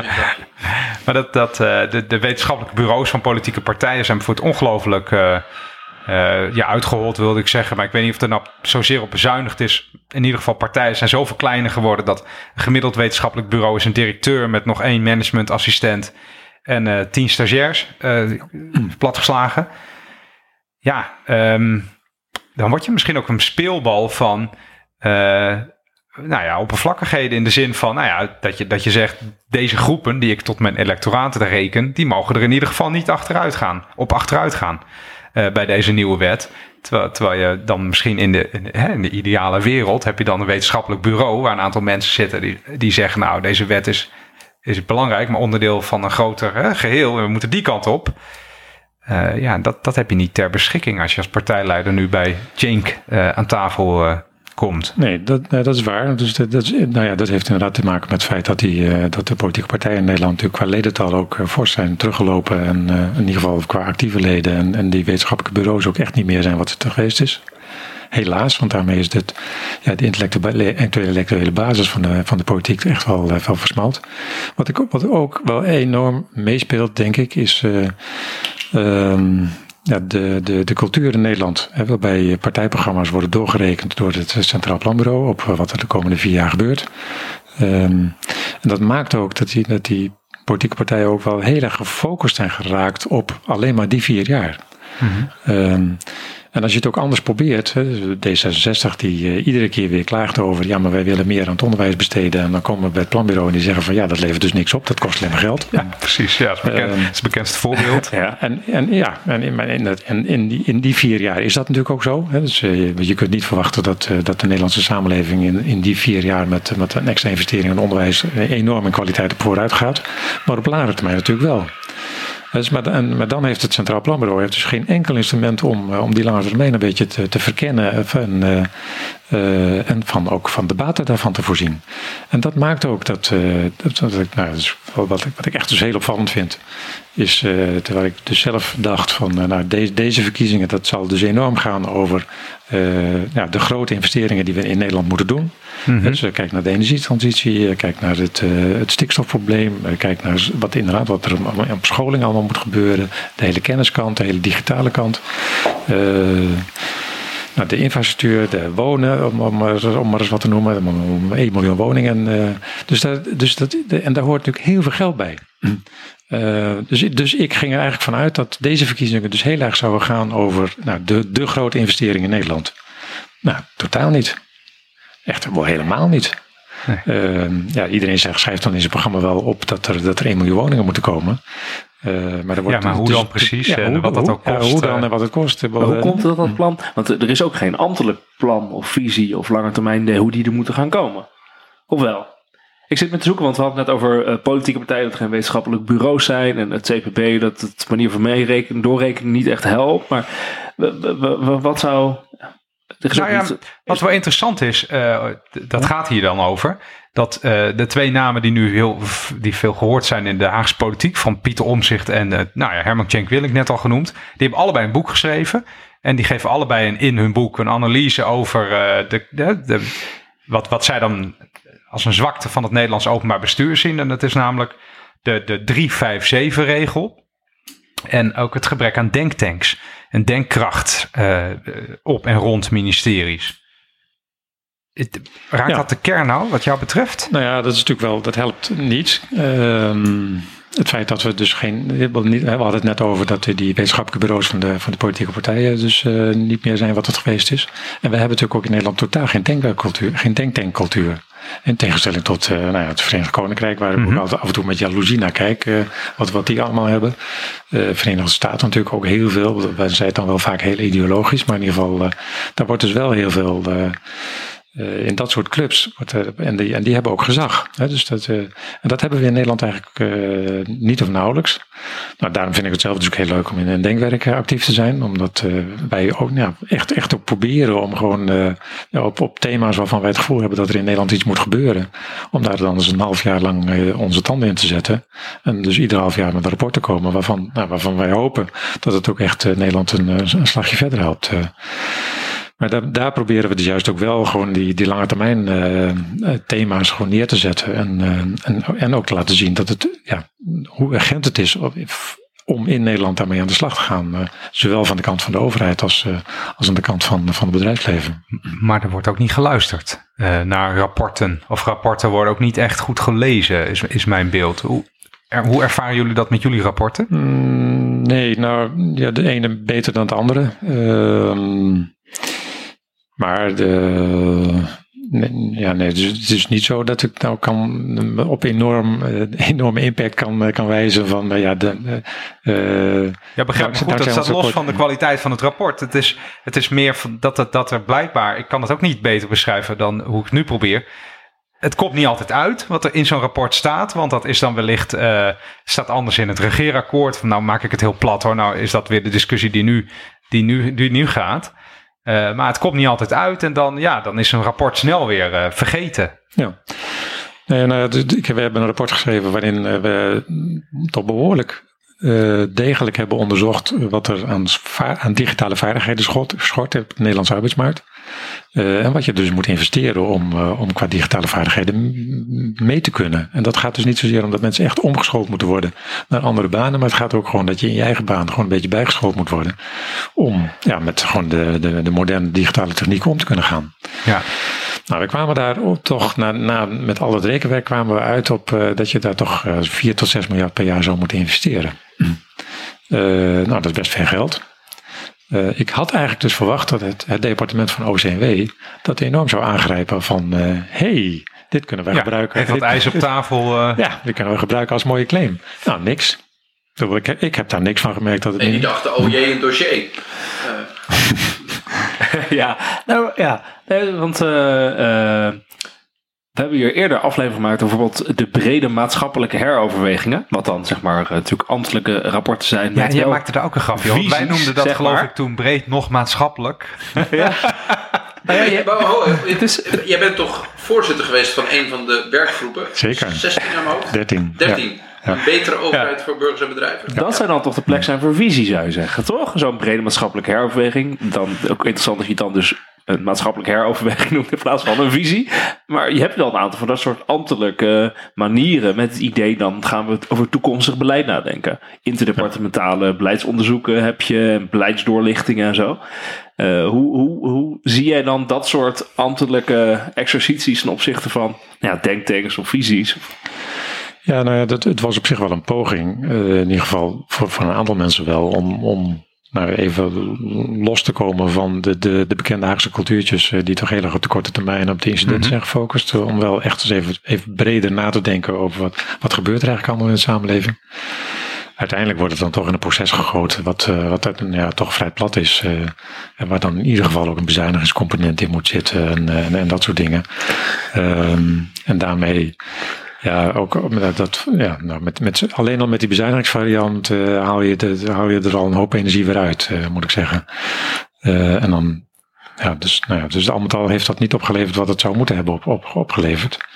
maar dat, dat, uh, de, de wetenschappelijke bureaus van politieke partijen zijn bijvoorbeeld ongelooflijk uh, uh, ja, uitgehold, wilde ik zeggen. Maar ik weet niet of er nou zozeer op bezuinigd is. In ieder geval, partijen zijn zoveel kleiner geworden dat een gemiddeld wetenschappelijk bureau is een directeur met nog één managementassistent en uh, tien stagiairs, uh, platgeslagen. Ja, um, dan word je misschien ook een speelbal van... Uh, Nou ja, oppervlakkigheden in de zin van, nou ja, dat je, dat je zegt, deze groepen die ik tot mijn electoraat reken, die mogen er in ieder geval niet achteruit gaan, op achteruit gaan uh, bij deze nieuwe wet. Terwijl, terwijl je dan misschien in de, in, hè, in de ideale wereld heb je dan een wetenschappelijk bureau waar een aantal mensen zitten die, die zeggen, nou, deze wet is, is belangrijk, maar onderdeel van een groter hè, geheel en we moeten die kant op. Uh, ja, dat, dat heb je niet ter beschikking als je als partijleider nu bij Cenk uh, aan tafel uh, komt. Nee, dat, dat is waar. Dus dat, dat, is, nou ja, dat heeft inderdaad te maken met het feit dat, die, uh, dat de politieke partijen in Nederland natuurlijk qua ledental ook uh, fors zijn teruggelopen. En uh, in ieder geval qua actieve leden en, en die wetenschappelijke bureaus ook echt niet meer zijn wat het er geweest is. Helaas, want daarmee is dit, ja, de intellectuele, intellectuele basis van de, van de politiek echt wel, uh, wel versmalt. Wat, ik, wat ook wel enorm meespeelt, denk ik, is... Uh, um, Ja, de, de, de cultuur in Nederland, hè, waarbij partijprogramma's worden doorgerekend door het Centraal Planbureau op wat er de komende vier jaar gebeurt. Um, en dat maakt ook dat die, dat die politieke partijen ook wel heel erg gefocust zijn geraakt op alleen maar die vier jaar. Mm-hmm. Um, en als je het ook anders probeert, D zesenzestig die uh, iedere keer weer klaagt over, ja, maar wij willen meer aan het onderwijs besteden. En dan komen we bij het planbureau en die zeggen van, ja, dat levert dus niks op, dat kost alleen maar geld. Ja, precies. Ja, dat is, bekend, um, dat is het bekendste voorbeeld. Ja, en, en ja, en, in, in, in, in, die, in die vier jaar is dat natuurlijk ook zo. Hè? Dus uh, je kunt niet verwachten dat, uh, dat de Nederlandse samenleving in, in die vier jaar met, met een extra investering in onderwijs enorm in kwaliteit op vooruit gaat. Maar op langere termijn natuurlijk wel. Dus, maar, en, maar dan heeft het Centraal Planbureau heeft dus geen enkel instrument om, om die lange termijn een beetje te, te verkennen en, uh, uh, en van, ook van de baten daarvan te voorzien. En dat maakt ook dat, uh, dat, dat ik, nou, dat is wat, ik, wat ik echt dus heel opvallend vind, is uh, terwijl ik dus zelf dacht van uh, nou, deze, deze verkiezingen, dat zal dus enorm gaan over uh, ja, de grote investeringen die we in Nederland moeten doen. Mm-hmm. Dus uh, kijk naar de energietransitie, uh, kijk naar het, uh, het stikstofprobleem, uh, kijk naar wat inderdaad wat er op scholing allemaal moet gebeuren, de hele kenniskant, de hele digitale kant. Uh, nou, de infrastructuur, de wonen, om, om, om maar eens wat te noemen, om, om één miljoen woningen. Uh, dus daar, dus dat, de, en daar hoort natuurlijk heel veel geld bij. Uh, dus, dus ik ging er eigenlijk vanuit dat deze verkiezingen dus heel erg zouden gaan over nou, de, de grote investeringen in Nederland. Nou, totaal niet. Echt wel helemaal niet. Nee. Uh, ja, iedereen zegt, schrijft dan in zijn programma wel op dat er, dat er één miljoen woningen moeten komen. Uh, maar er wordt ja, maar hoe dus, dan precies ja, en hoe, wat dat ook kost. Ja, hoe dan en wat het kost. Maar hoe komt dat, dat plan? Want er is ook geen ambtelijk plan of visie of langetermijn hoe die er moeten gaan komen. Of wel? Ik zit met te zoeken, want we hadden het net over uh, politieke partijen dat er geen wetenschappelijk bureaus zijn en het C P B dat het manier van meerekenen, doorrekenen niet echt helpt. Maar w- w- w- wat zou... Nou ja, wat wel interessant is, uh, dat gaat hier dan over, dat uh, de twee namen die nu heel die veel gehoord zijn in de Haagse politiek, van Pieter Omtzigt en uh, nou ja, Herman Cenk Willink net al genoemd, die hebben allebei een boek geschreven en die geven allebei een, in hun boek een analyse over uh, de, de, de, wat, wat zij dan als een zwakte van het Nederlands openbaar bestuur zien. En dat is namelijk de, de drie vijf zeven regel. En ook het gebrek aan denktanks en denkkracht uh, op en rond ministeries. Het, raakt ja. dat de kern nou, wat jou betreft? Nou ja, dat is natuurlijk wel, dat helpt niet. Um, het feit dat we dus geen, we hadden het net over dat die wetenschappelijke bureaus van de, van de politieke partijen dus uh, niet meer zijn wat het geweest is. En we hebben natuurlijk ook in Nederland totaal geen denkcultuur, geen denktankcultuur. In tegenstelling tot uh, nou ja, het Verenigd Koninkrijk, waar mm-hmm. ik ook altijd af en toe met jaloezie naar kijk, uh, wat, wat die allemaal hebben. Uh, Verenigde Staten natuurlijk ook heel veel. Wij zijn het dan wel vaak heel ideologisch, maar in ieder geval, uh, daar wordt dus wel heel veel uh, uh, in dat soort clubs. Wordt, uh, en, die, en die hebben ook gezag. Hè, dus dat, uh, en dat hebben we in Nederland eigenlijk uh, niet of nauwelijks. Nou, daarom vind ik het zelf dus ook heel leuk om in een denkwerk uh, actief te zijn. Omdat uh, wij ook ja, echt, echt ook proberen om gewoon uh, ja, op, op thema's waarvan wij het gevoel hebben dat er in Nederland iets moet gebeuren. Om daar dan eens een half jaar lang uh, onze tanden in te zetten. En dus ieder half jaar met een rapport te komen waarvan, nou, waarvan wij hopen dat het ook echt uh, Nederland een, een slagje verder helpt. Uh, Maar daar, daar proberen we dus juist ook wel gewoon die, die lange termijn uh, thema's gewoon neer te zetten. En, uh, en, en ook te laten zien dat het, ja, hoe urgent het is om in Nederland daarmee aan de slag te gaan. Uh, zowel van de kant van de overheid als, uh, als aan de kant van, van het bedrijfsleven. Maar er wordt ook niet geluisterd uh, naar rapporten. Of rapporten worden ook niet echt goed gelezen, is, is mijn beeld. Hoe, er, hoe ervaren jullie dat met jullie rapporten? Mm, nee, nou ja, de ene beter dan de andere. Uh, Maar de, ja, nee, dus het is niet zo dat ik nou kan op enorm, enorme impact kan, kan wijzen van, ja, de, uh, ja, begrijp me goed, dat staat los van de kwaliteit van het rapport. Het is, het is meer van dat, het, dat er blijkbaar, ik kan het ook niet beter beschrijven dan hoe ik het nu probeer. Het komt niet altijd uit wat er in zo'n rapport staat, want dat is dan wellicht, uh, staat anders in het regeerakkoord. Van, nou maak ik het heel plat hoor, nou is dat weer de discussie die nu, die nu, die nu gaat. Uh, maar het komt niet altijd uit en dan, ja, dan is een rapport snel weer uh, vergeten. Ja, nee, nou, we hebben een rapport geschreven waarin we toch behoorlijk uh, degelijk hebben onderzocht wat er aan, aan digitale vaardigheden schort, schort op de Nederlandse arbeidsmarkt. Uh, en wat je dus moet investeren om, uh, om qua digitale vaardigheden mee te kunnen. En dat gaat dus niet zozeer om dat mensen echt omgeschoold moeten worden naar andere banen. Maar het gaat ook gewoon dat je in je eigen baan gewoon een beetje bijgeschoold moet worden. Om ja, met gewoon de, de, de moderne digitale technieken om te kunnen gaan. Ja. Nou, we kwamen daar toch, na, na, met al het rekenwerk kwamen we uit op uh, dat je daar toch uh, vier tot zes miljard per jaar zou moeten investeren. Uh, nou, dat is best veel geld. Uh, ik had eigenlijk dus verwacht dat het, het departement van O C M W dat enorm zou aangrijpen van, uh, hey, dit kunnen wij ja, gebruiken. Even wat ijs op tafel. Uh... Ja, dit kunnen we gebruiken als mooie claim. Nou, niks. Ik, ik heb daar niks van gemerkt. Dat het nee, die niet... dachten, oh jee, een dossier. Uh. ja, nou ja, want uh, uh, we hebben hier eerder aflevering gemaakt over bijvoorbeeld de brede maatschappelijke heroverwegingen. Wat dan zeg maar uh, natuurlijk ambtelijke rapporten zijn. Ja, jij maakte daar ook een grapje op. Wij noemden dat geloof maar. ik toen breed nog maatschappelijk. ja. Nou ja, jij, oh, het is, jij bent toch voorzitter geweest van een van de werkgroepen? Zeker. zestien aan mijn hoofd? dertien. dertien. Ja. Ja. Een betere overheid ja. voor burgers en bedrijven. Dat ja. zou dan toch de plek zijn voor visie, zou je zeggen, toch? Zo'n brede maatschappelijke heroverweging. Dan ook interessant dat je dan dus een maatschappelijke heroverweging noemt in plaats van een visie. Maar je hebt wel een aantal van dat soort ambtelijke manieren met het idee, dan gaan we over toekomstig beleid nadenken. Interdepartementale beleidsonderzoeken heb je, beleidsdoorlichtingen en zo. Uh, hoe, hoe, hoe zie jij dan dat soort ambtelijke exercities ten opzichte van ja, denktanks of visies? Ja, nou ja, dat, het was op zich wel een poging, uh, in ieder geval voor, voor een aantal mensen wel, om, om nou, even los te komen van de, de, de bekende Haagse cultuurtjes, uh, die toch heel erg op de korte termijn op de incidenten mm-hmm. zijn gefocust, uh, om wel echt eens even, even breder na te denken over wat, wat gebeurt er eigenlijk allemaal in de samenleving. Uiteindelijk wordt het dan toch in een proces gegoten wat, uh, wat ja, toch vrij plat is. Uh, en waar dan in ieder geval ook een bezuinigingscomponent in moet zitten en, en, en dat soort dingen. Um, en daarmee... Ja, ook dat, ja, nou met, met, alleen al met die bezuinigingsvariant uh, haal, je de, haal je er al een hoop energie weer uit, uh, moet ik zeggen. Uh, en dan, ja, dus, nou ja, dus al met al heeft dat niet opgeleverd wat het zou moeten hebben op, op, opgeleverd.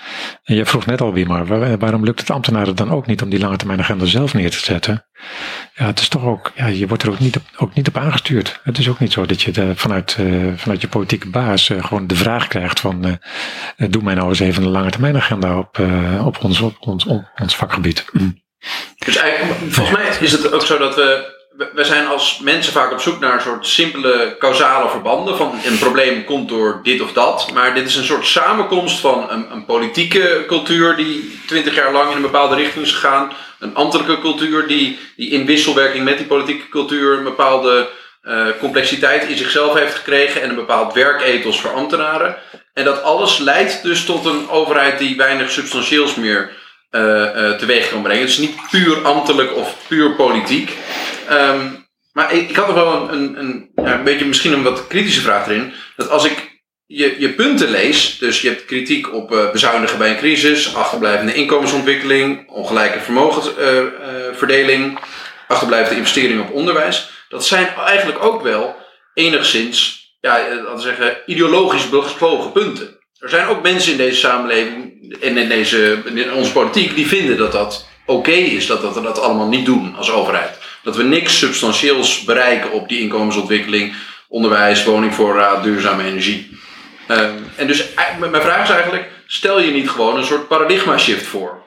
En je vroeg net al weer maar, waar, waarom lukt het ambtenaren dan ook niet om die lange termijn agenda zelf neer te zetten? Ja, het is toch ook, ja, je wordt er ook niet op, ook niet op aangestuurd. Het is ook niet zo dat je de, vanuit, uh, vanuit je politieke baas uh, gewoon de vraag krijgt van, uh, uh, doe mij nou eens even een lange termijn agenda op, uh, op, ons, op, ons, op ons vakgebied. Mm. Dus eigenlijk, volgens mij is het ook zo dat we, we zijn als mensen vaak op zoek naar een soort simpele causale verbanden. Van een probleem komt door dit of dat. Maar dit is een soort samenkomst van een, een politieke cultuur die twintig jaar lang in een bepaalde richting is gegaan. Een ambtelijke cultuur die, die in wisselwerking met die politieke cultuur een bepaalde uh, complexiteit in zichzelf heeft gekregen. En een bepaald werkethos voor ambtenaren. En dat alles leidt dus tot een overheid die weinig substantieels meer uh, uh, teweeg kan brengen. Het is niet puur ambtelijk of puur politiek. Um, maar ik, ik had nog wel een, een, een, ja, een beetje misschien een wat kritische vraag erin. Dat als ik je, je punten lees, dus je hebt kritiek op uh, bezuinigen bij een crisis, achterblijvende inkomensontwikkeling, ongelijke vermogensverdeling, uh, uh, achterblijvende investeringen op onderwijs. Dat zijn eigenlijk ook wel enigszins, ja, laten we zeggen, ideologisch bewogen punten. Er zijn ook mensen in deze samenleving en in, deze, in onze politiek die vinden dat dat oké okay is, dat, dat we dat allemaal niet doen als overheid. Dat we niks substantieels bereiken op die inkomensontwikkeling, onderwijs, woningvoorraad, duurzame energie. Uh, en dus mijn vraag is eigenlijk, stel je niet gewoon een soort paradigma shift voor?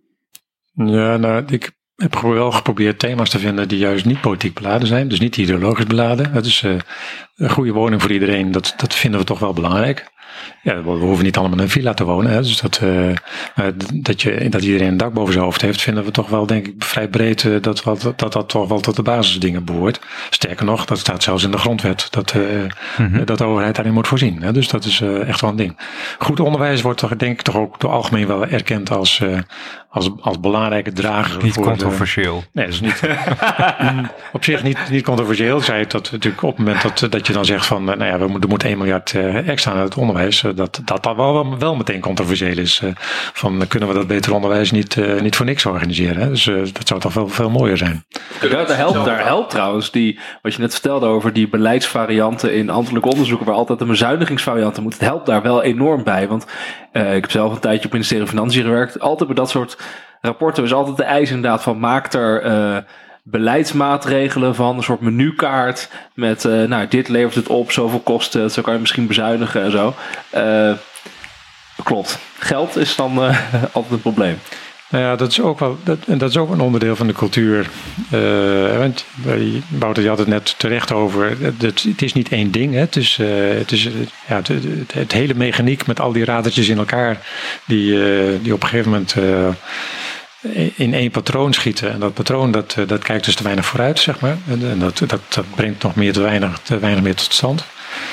Ja, nou, ik heb wel geprobeerd thema's te vinden die juist niet politiek beladen zijn, dus niet ideologisch beladen. Dat is uh, een goede woning voor iedereen, dat, dat vinden we toch wel belangrijk. Ja, we hoeven niet allemaal in een villa te wonen. Hè. Dus dat, uh, dat, je, dat iedereen een dak boven zijn hoofd heeft, vinden we toch wel, denk ik, vrij breed uh, dat, dat, dat dat toch wel tot de basisdingen behoort. Sterker nog, dat staat zelfs in de grondwet, dat, uh, mm-hmm. dat de overheid daarin moet voorzien. Hè. Dus dat is uh, echt wel een ding. Goed onderwijs wordt toch, denk ik, toch ook door algemeen wel erkend als, uh, als, als belangrijke drager. Niet voor controversieel. De, nee, dat is niet, op zich niet, niet controversieel. Zei het dat natuurlijk op het moment dat, dat je dan zegt van, nou ja, we moeten, er moet één miljard uh, extra naar het onderwijs. Dat dat, dat wel, wel meteen controversieel is. Uh, van kunnen we dat beter onderwijs niet, uh, niet voor niks organiseren. Hè? Dus uh, dat zou toch veel, veel mooier zijn. Daar, daar, helpt, daar helpt trouwens die, wat je net vertelde over die beleidsvarianten in ambtelijk onderzoeken, waar altijd een bezuinigingsvariant moet. Het helpt daar wel enorm bij. Want uh, ik heb zelf een tijdje op het ministerie van Financiën gewerkt. Altijd bij dat soort rapporten is altijd de eis inderdaad van maak er Uh, beleidsmaatregelen van, een soort menukaart met, uh, nou, dit levert het op, zoveel kosten, zo kan je misschien bezuinigen en zo. Uh, klopt. Geld is dan uh, altijd een probleem. Nou ja, dat is ook wel, dat, en dat is ook een onderdeel van de cultuur. Uh, want Wouter, je had het net terecht over, het, het is niet één ding. Hè. Het is, uh, het, is ja, het, het, het hele mechaniek met al die radertjes in elkaar, die, uh, die op een gegeven moment Uh, in één patroon schieten. En dat patroon, dat, dat kijkt dus te weinig vooruit, zeg maar. En dat, dat, dat brengt nog meer te weinig, te weinig meer tot stand.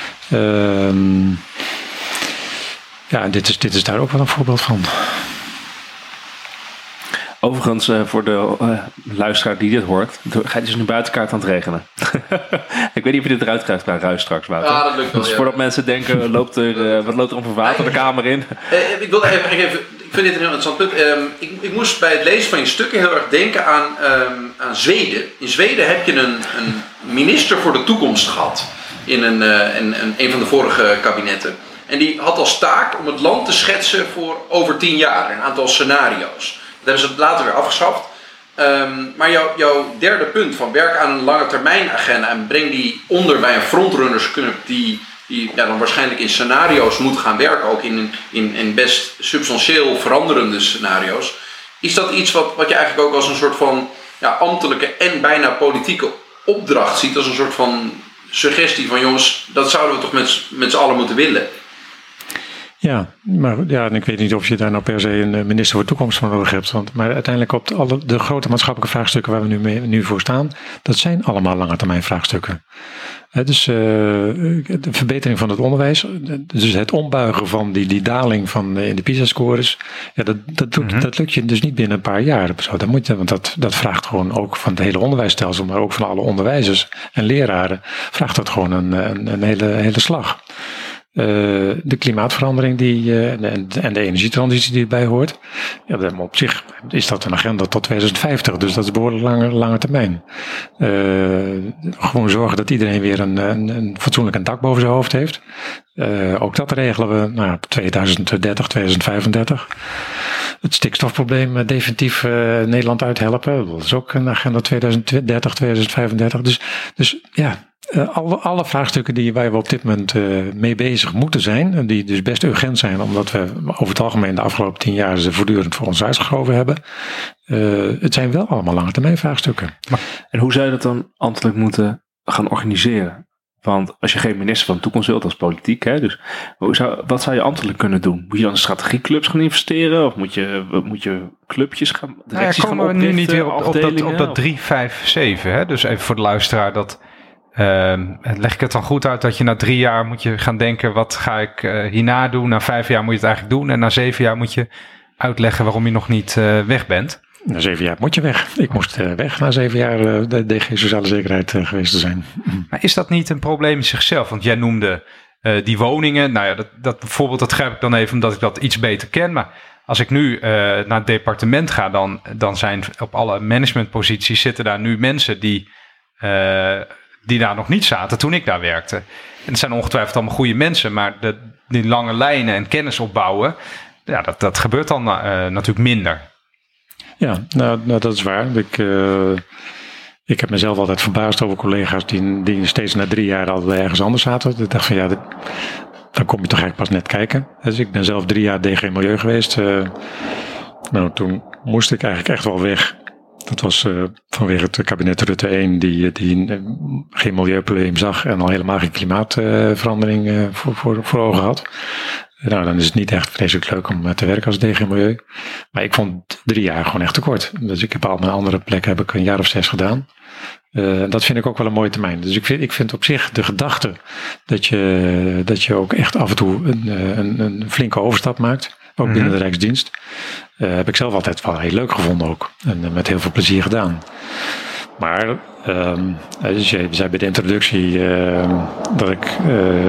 Um, ja, dit is, dit is daar ook wel een voorbeeld van. Overigens, uh, voor de uh, luisteraar die dit hoort, ga je dus een buitenkaart aan het regenen. Ik weet niet of je dit eruit krijgt bij ruis straks, Wouter. Ja, dat lukt wel. Dus ja. Voordat mensen denken, loopt er, uh, wat loopt er om voor water de kamer in? Uh, ik wilde even, even, ik vind dit een heel interessant punt. Um, ik, ik moest bij het lezen van je stukken heel erg denken aan, um, aan Zweden. In Zweden heb je een, een minister voor de toekomst gehad. In een, uh, een, een, een van de vorige kabinetten. En die had als taak om het land te schetsen voor over tien jaar. Een aantal scenario's. Dat hebben ze later weer afgeschaft. Um, maar jouw, jouw derde punt van werk aan een lange termijn agenda en breng die onder bij een frontrunnersclub die, die ja, dan waarschijnlijk in scenario's moet gaan werken, ook in, in, in best substantieel veranderende scenario's. Is dat iets wat, wat je eigenlijk ook als een soort van ja, ambtelijke en bijna politieke opdracht ziet, als een soort van suggestie van jongens, dat zouden we toch met, met z'n allen moeten willen? Ja, maar ja, en ik weet niet of je daar nou per se een minister voor toekomst voor nodig hebt. Want, maar uiteindelijk op de, alle, de grote maatschappelijke vraagstukken waar we nu, mee, nu voor staan, dat zijn allemaal lange termijn vraagstukken. He, dus uh, de verbetering van het onderwijs, dus het ombuigen van die, die daling van uh, in de PISA-scores, ja, dat, dat, doet, mm-hmm. dat lukt je dus niet binnen een paar jaar. Zo, dat moet je, want dat, dat vraagt gewoon ook van het hele onderwijsstelsel, maar ook van alle onderwijzers en leraren, vraagt dat gewoon een, een, een hele, hele slag. Uh, de klimaatverandering die, uh, en, en de energietransitie die erbij hoort. Ja, op zich is dat een agenda tot tweeduizend vijftig, dus dat is behoorlijk lange, lange termijn. Uh, gewoon zorgen dat iedereen weer een, een, een fatsoenlijk een dak boven zijn hoofd heeft. Uh, ook dat regelen we nou, tweeduizend dertig, tweeduizend vijfendertig. het stikstofprobleem uh, definitief uh, Nederland uithelpen. Dat is ook een agenda tweeduizend dertig, tweeduizend vijfendertig. Dus, dus ja, uh, alle, alle vraagstukken die, waar we op dit moment uh, mee bezig moeten zijn, en die dus best urgent zijn, omdat we over het algemeen de afgelopen tien jaar ze voortdurend voor ons uitgeschoven hebben. Uh, het zijn wel allemaal lange termijn vraagstukken. Maar, en hoe zou je dat dan ambtelijk moeten gaan organiseren? Want als je geen minister van de toekomst wilt als politiek, hè, dus hoe zou, wat zou je ambtelijk kunnen doen? Moet je dan in strategieclubs gaan investeren? Of moet je, moet je clubjes gaan, directies nou ja, gaan oprichten? Nu niet weer op, op dat, op dat of? drie vijf zeven. Hè? Dus even voor de luisteraar, dat, uh, leg ik het dan goed uit dat je na drie jaar moet je gaan denken, wat ga ik uh, hierna doen? Na vijf jaar moet je het eigenlijk doen. En na zeven jaar moet je uitleggen waarom je nog niet uh, weg bent. Na zeven jaar moet je weg. Ik moest uh, weg na zeven jaar uh, de D G Sociale Zekerheid uh, geweest te zijn. Maar is dat niet een probleem in zichzelf? Want jij noemde uh, die woningen. Nou ja, dat, dat bijvoorbeeld, dat grijp ik dan even omdat ik dat iets beter ken. Maar als ik nu uh, naar het departement ga, dan, dan zijn op alle managementposities zitten daar nu mensen die, uh, die daar nog niet zaten toen ik daar werkte. En het zijn ongetwijfeld allemaal goede mensen, maar de, die lange lijnen en kennis opbouwen, ja, dat, dat gebeurt dan uh, natuurlijk minder. Ja, nou, nou dat is waar. Ik, uh, ik heb mezelf altijd verbaasd over collega's die, die steeds na drie jaar al ergens anders zaten. Ik dacht van ja, dit, dan kom je toch eigenlijk pas net kijken. Dus ik ben zelf drie jaar D G Milieu geweest. Uh, nou, toen moest ik eigenlijk echt wel weg. Dat was uh, vanwege het kabinet Rutte één die, die uh, geen milieuprobleem zag en al helemaal geen klimaatverandering uh, voor, voor, voor ogen had. Nou, dan is het niet echt vreselijk leuk om te werken als D G Milieu. Maar ik vond drie jaar gewoon echt te kort. Dus ik heb al mijn andere plekken heb ik een jaar of zes gedaan. Uh, dat vind ik ook wel een mooie termijn. Dus ik vind, ik vind op zich de gedachte dat je, dat je ook echt af en toe een, een, een flinke overstap maakt. Ook mm-hmm. binnen de Rijksdienst. Uh, heb ik zelf altijd wel heel leuk gevonden ook. En uh, met heel veel plezier gedaan. Maar um, dus je zei bij de introductie uh, dat ik uh,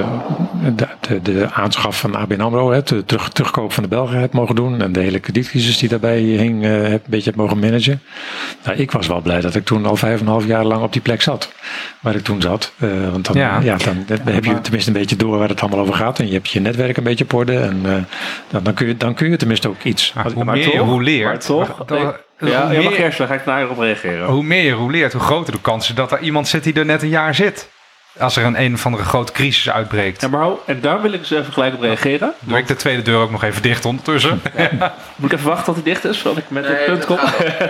de, de, de aanschaf van A B N AMRO, hè, de terug, terugkoop van de Belgen heb mogen doen. En de hele kredietcrisis die daarbij hing, uh, heb, een beetje heb mogen managen. Nou, ik was wel blij dat ik toen al vijf en een half jaar lang op die plek zat. Waar ik toen zat. Uh, want dan, ja. Ja, dan heb je tenminste een beetje door waar het allemaal over gaat. En je hebt je netwerk een beetje op orde. En uh, dan, dan, kun je, dan kun je tenminste ook iets. Maar hoe meer je roleert. Maar toch, maar toch ja, ja, mag eerst, dan ga ik daar op reageren. Hoe meer je roleert, hoe groter de kans is dat er iemand zit die er net een jaar zit. Als er een een of andere grote crisis uitbreekt. Ja, maar, en daar wil ik dus even gelijk op reageren. Doe want... ik de tweede deur ook nog even dicht ondertussen. Ja. Moet ik even wachten tot hij dicht is, voordat ik met nee, het punt kom?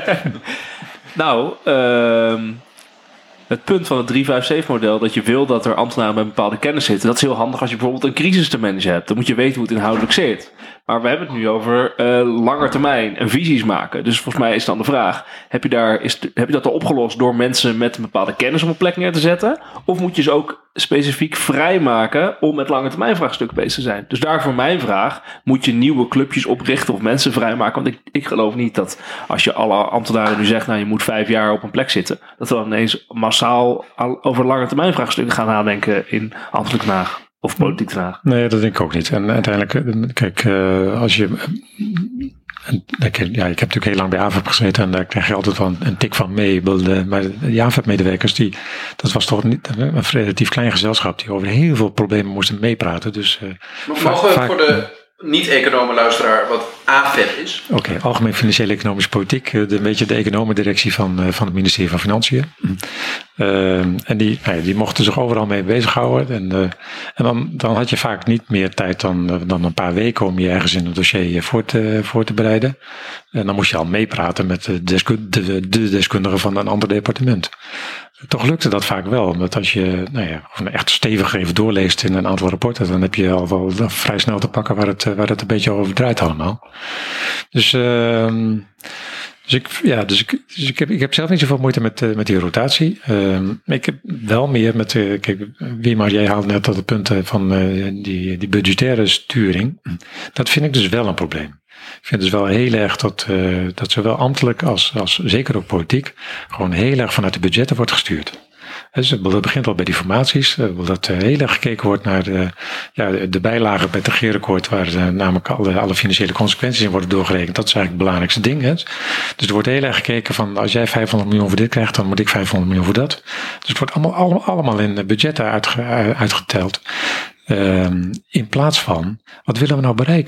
Nou, uh, het punt van het drie vijf zeven model, dat je wil dat er ambtenaren met bepaalde kennis zitten, dat is heel handig als je bijvoorbeeld een crisis te managen hebt. Dan moet je weten hoe het inhoudelijk zit. Maar we hebben het nu over uh, langer termijn en visies maken. Dus volgens mij is dan de vraag, heb je, daar, is, heb je dat al opgelost door mensen met een bepaalde kennis op een plek neer te zetten? Of moet je ze ook specifiek vrijmaken om met lange termijn vraagstukken bezig te zijn? Dus daarvoor mijn vraag, moet je nieuwe clubjes oprichten of mensen vrijmaken? Want ik, ik geloof niet dat als je alle ambtenaren nu zegt, nou je moet vijf jaar op een plek zitten, dat we dan ineens massaal over lange termijn vraagstukken gaan nadenken in ambtelijk Den Haag. Of politiek Den Haag. Nee, dat denk ik ook niet. En uiteindelijk, kijk, uh, als je... Ja, ik heb natuurlijk heel lang bij A V E B gezeten en daar krijg je altijd wel een, een tik van mee. Maar de A V E B-medewerkers, die, dat was toch niet, een relatief klein gezelschap die over heel veel problemen moesten meepraten. Dus, uh, Mogen we vaak, voor de niet-economen luisteraar wat A V E B is? Oké, okay, Algemeen Financiële Economische Politiek. De, een beetje de economendirectie van, uh, van het ministerie van Financiën. Uh, en die, nou ja, die mochten zich overal mee bezighouden. En, uh, en dan, dan had je vaak niet meer tijd dan, uh, dan een paar weken om je ergens in een dossier voor te, voor te bereiden. En dan moest je al meepraten met de, desku- de, de deskundigen van een ander departement. Toch lukte dat vaak wel, omdat als je nou ja, gewoon echt stevig even doorleest in een aantal rapporten, dan heb je al wel vrij snel te pakken waar het, waar het een beetje over draait allemaal. Dus, uh, dus, ik, ja, dus, ik, dus ik, heb, ik heb zelf niet zoveel moeite met, uh, met die rotatie. Uh, ik heb wel meer met, uh, kijk, Wiemar, jij haalde net dat de punten van uh, die, die budgettaire sturing. Dat vind ik dus wel een probleem. Ik vind dus wel heel erg dat, uh, dat zowel ambtelijk als, als zeker ook politiek gewoon heel erg vanuit de budgetten wordt gestuurd. Dus dat begint al bij die formaties, dat heel erg gekeken wordt naar de, ja, de bijlagen bij het regeerakkoord, waar uh, namelijk alle, alle financiële consequenties in worden doorgerekend. Dat is eigenlijk het belangrijkste ding. Hè? Dus er wordt heel erg gekeken van, als jij vijfhonderd miljoen voor dit krijgt, dan moet ik vijfhonderd miljoen voor dat. Dus het wordt allemaal, allemaal, allemaal in budgetten uitge, uitgeteld. Uh, in plaats van, wat willen we nou bereiken?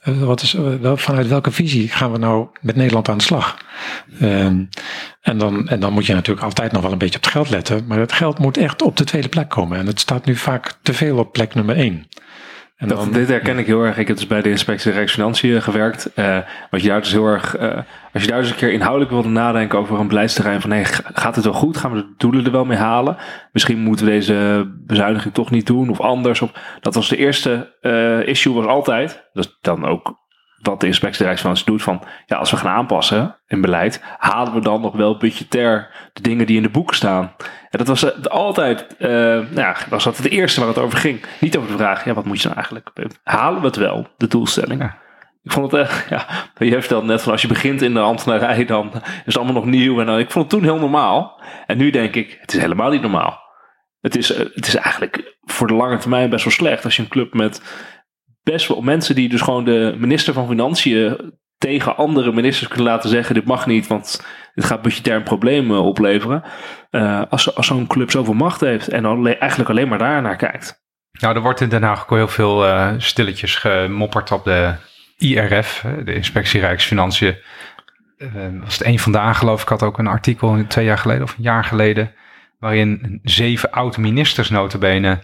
Uh, wat is, uh, wel, vanuit welke visie gaan we nou met Nederland aan de slag? Um, en, dan, en dan moet je natuurlijk altijd nog wel een beetje op het geld letten. Maar het geld moet echt op de tweede plek komen. En het staat nu vaak te veel op plek nummer één. En dat, dan, dit herken ik heel erg. Ik heb dus bij de Inspectie Rijksfinanciën gewerkt. Uh, wat je daar dus heel erg, uh, als je daar dus een keer inhoudelijk wilde nadenken over een beleidsterrein van hey, gaat het wel goed? Gaan we de doelen er wel mee halen? Misschien moeten we deze bezuiniging toch niet doen of anders. Of, dat was de eerste uh, issue was altijd. Dat is dan ook wat de Inspectie Rijksfinanciën doet van ja, als we gaan aanpassen in beleid, halen we dan nog wel budgetair de dingen die in de boeken staan. En dat was uh, altijd, uh, nou ja, was dat het eerste waar het over ging. Niet over de vraag, ja, wat moet je nou eigenlijk? Halen we het wel, de doelstelling? Ja. Ik vond het echt, ja, je vertelde net van als je begint in de ambtenarij, dan is het allemaal nog nieuw. En dan, ik vond het toen heel normaal. En nu denk ik, het is helemaal niet normaal. Het is, uh, het is eigenlijk voor de lange termijn best wel slecht als je een club met best wel mensen die dus gewoon de minister van Financiën tegen andere ministers kunnen laten zeggen, dit mag niet, want dit gaat budgetair een probleem opleveren. Uh, als, als zo'n club zoveel macht heeft en alleen, eigenlijk alleen maar daar naar kijkt. Nou, er wordt in Den Haag ook heel veel uh, stilletjes gemopperd op de I R F, de Inspectie Rijksfinanciën. Uh, was het een vandaag, geloof ik, had ook een artikel twee jaar geleden of een jaar geleden, waarin zeven oud-ministers nota bene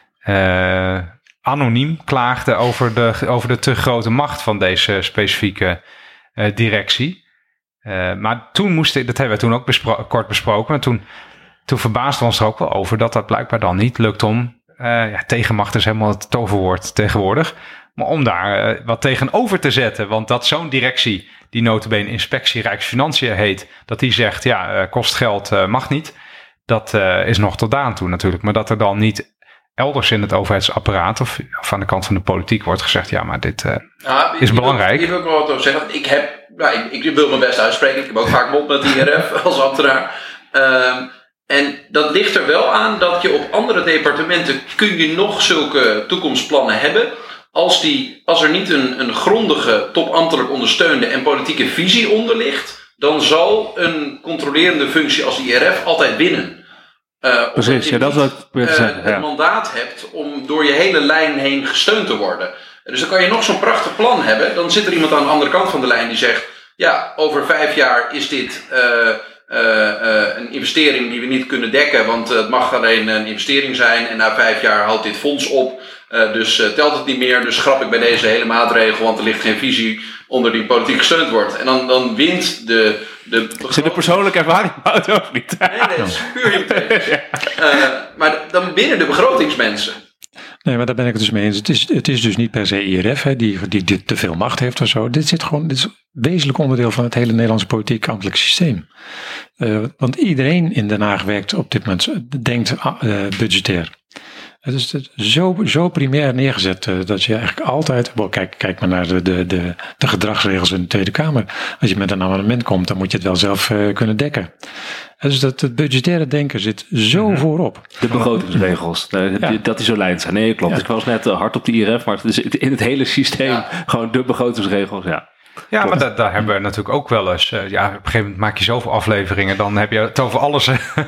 uh, anoniem klaagden over de, over de te grote macht van deze specifieke uh, directie. Uh, maar toen moest ik, dat hebben we toen ook bespro- kort besproken, maar toen, toen verbaasden we ons er ook wel over dat dat blijkbaar dan niet lukt om, uh, ja, tegenmacht is helemaal het toverwoord tegenwoordig, maar om daar uh, wat tegenover te zetten, want dat zo'n directie, die nota bene Inspectie Rijksfinanciën heet, dat die zegt, ja, uh, kost geld, uh, mag niet, dat uh, is nog tot aan toe natuurlijk, maar dat er dan niet elders in het overheidsapparaat of, of aan de kant van de politiek wordt gezegd, ja, maar dit uh, ja, is ik belangrijk. Wil, ik wil ook wel wat over zeggen. Ik, heb, nou, ik, ik wil mijn best uitspreken. Ik heb ook vaak mond met de I R F als ambtenaar. Um, en dat ligt er wel aan dat je op andere departementen kun je nog zulke toekomstplannen hebben. Als, die, als er niet een, een grondige, topambtelijk ondersteunde en politieke visie onder ligt, dan zal een controlerende functie als de I R F altijd winnen. Uh, Precies, ja, dat is wat ik uh, zeggen. Ja. Het mandaat hebt om door je hele lijn heen gesteund te worden. Dus dan kan je nog zo'n prachtig plan hebben. Dan zit er iemand aan de andere kant van de lijn die zegt, ja, over vijf jaar is dit uh, uh, uh, een investering die we niet kunnen dekken, want het mag alleen een investering zijn en na vijf jaar houdt dit fonds op. Uh, dus uh, telt het niet meer, dus schrap ik bij deze hele maatregel, want er ligt geen visie onder die politiek gesteund wordt. En dan, dan wint de... de Zit de persoonlijke ervaring houdt ook niet. Nee, nee, dat is puur hypothetisch. uh, maar dan binnen de begrotingsmensen. Nee, maar daar ben ik het dus mee eens. Het is, het is dus niet per se I R F hè, die, die, die te veel macht heeft of zo. Dit, zit gewoon, dit is een wezenlijk onderdeel van het hele Nederlandse politiek-ambtelijk systeem. Uh, want iedereen in Den Haag werkt op dit moment, denkt uh, budgetair. Het is zo, zo primair neergezet uh, dat je eigenlijk altijd... Well, kijk, kijk maar naar de, de, de, de gedragsregels in de Tweede Kamer. Als je met een amendement komt, dan moet je het wel zelf uh, kunnen dekken. Dus dat het budgettaire denken zit zo mm-hmm. voorop. De begrotingsregels, uh, ja. dat die zo lijnd zijn. Nee, klopt. Ja. Ik was net uh, hard op de I R F, maar het is in het hele systeem ja. gewoon de begrotingsregels, ja. Ja, klopt. Maar da- daar hebben we natuurlijk ook wel eens... Uh, ja, op een gegeven moment maak je zoveel afleveringen, dan heb je het over alles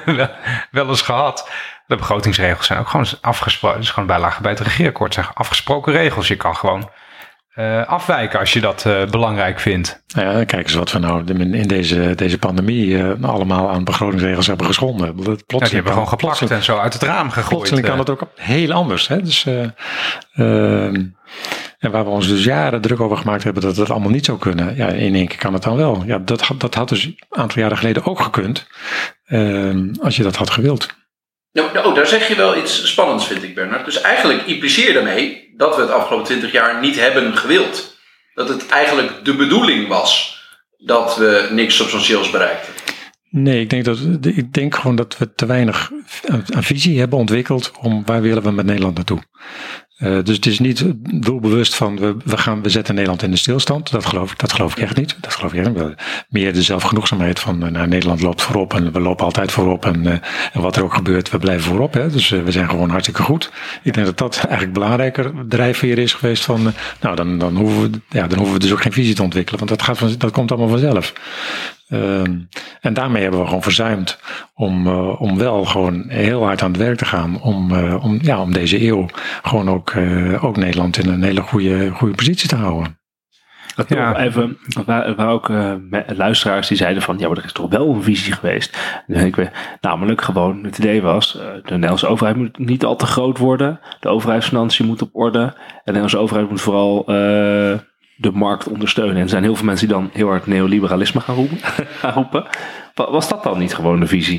wel eens gehad. De begrotingsregels zijn ook gewoon afgesproken. Het is gewoon bijlage bij het regeerakkoord. Zijn afgesproken regels. Je kan gewoon uh, afwijken als je dat uh, belangrijk vindt. Nou ja, kijk eens wat we nou in deze, deze pandemie uh, allemaal aan begrotingsregels hebben geschonden. Ja, die hebben we gewoon geplakt en zo uit het raam gegooid. Plotseling kan het ook heel anders. Hè? Dus, uh, uh, en waar we ons dus jaren druk over gemaakt hebben dat het allemaal niet zou kunnen. Ja, in één keer kan het dan wel. Ja, dat, dat had dus een aantal jaren geleden ook gekund. Uh, als je dat had gewild. Nou, nou, daar zeg je wel iets spannends, vind ik, Bernard. Dus eigenlijk impliceer je daarmee dat we het afgelopen twintig jaar niet hebben gewild. Dat het eigenlijk de bedoeling was dat we niks substantieels bereikten. Nee, ik denk, dat, ik denk gewoon dat we te weinig een visie hebben ontwikkeld om waar willen we met Nederland naartoe. Uh, dus het is niet doelbewust van we, we, gaan, we zetten Nederland in de stilstand. Dat geloof ik, dat geloof ik echt niet. Dat geloof ik echt niet. Meer de zelfgenoegzaamheid van uh, nou, Nederland loopt voorop en we lopen altijd voorop. En, uh, en wat er ook gebeurt, we blijven voorop. Hè? Dus uh, we zijn gewoon hartstikke goed. Ik denk dat dat eigenlijk belangrijker drijfveer is geweest van uh, nou dan, dan, hoeven we, ja, dan hoeven we dus ook geen visie te ontwikkelen. Want dat, gaat van, dat komt allemaal vanzelf. Uh, en daarmee hebben we gewoon verzuimd om, uh, om wel gewoon heel hard aan het werk te gaan. Om, uh, om, ja, om deze eeuw gewoon ook, uh, ook Nederland in een hele goede, goede positie te houden. Toch ja. even, waar, waar ook uh, luisteraars die zeiden van, ja, maar er is toch wel een visie geweest. En ik weet, namelijk gewoon, het idee was, uh, de Nederlandse overheid moet niet al te groot worden. De overheidsfinanciën moet op orde. En de Nederlandse overheid moet vooral uh, de markt ondersteunen. En er zijn heel veel mensen die dan heel hard neoliberalisme gaan roepen. gaan roepen. Was dat dan niet gewoon de visie?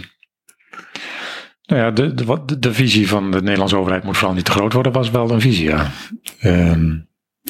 Nou ja, de, de, de visie van de Nederlandse overheid moet vooral niet te groot worden, was wel een visie, ja. Um,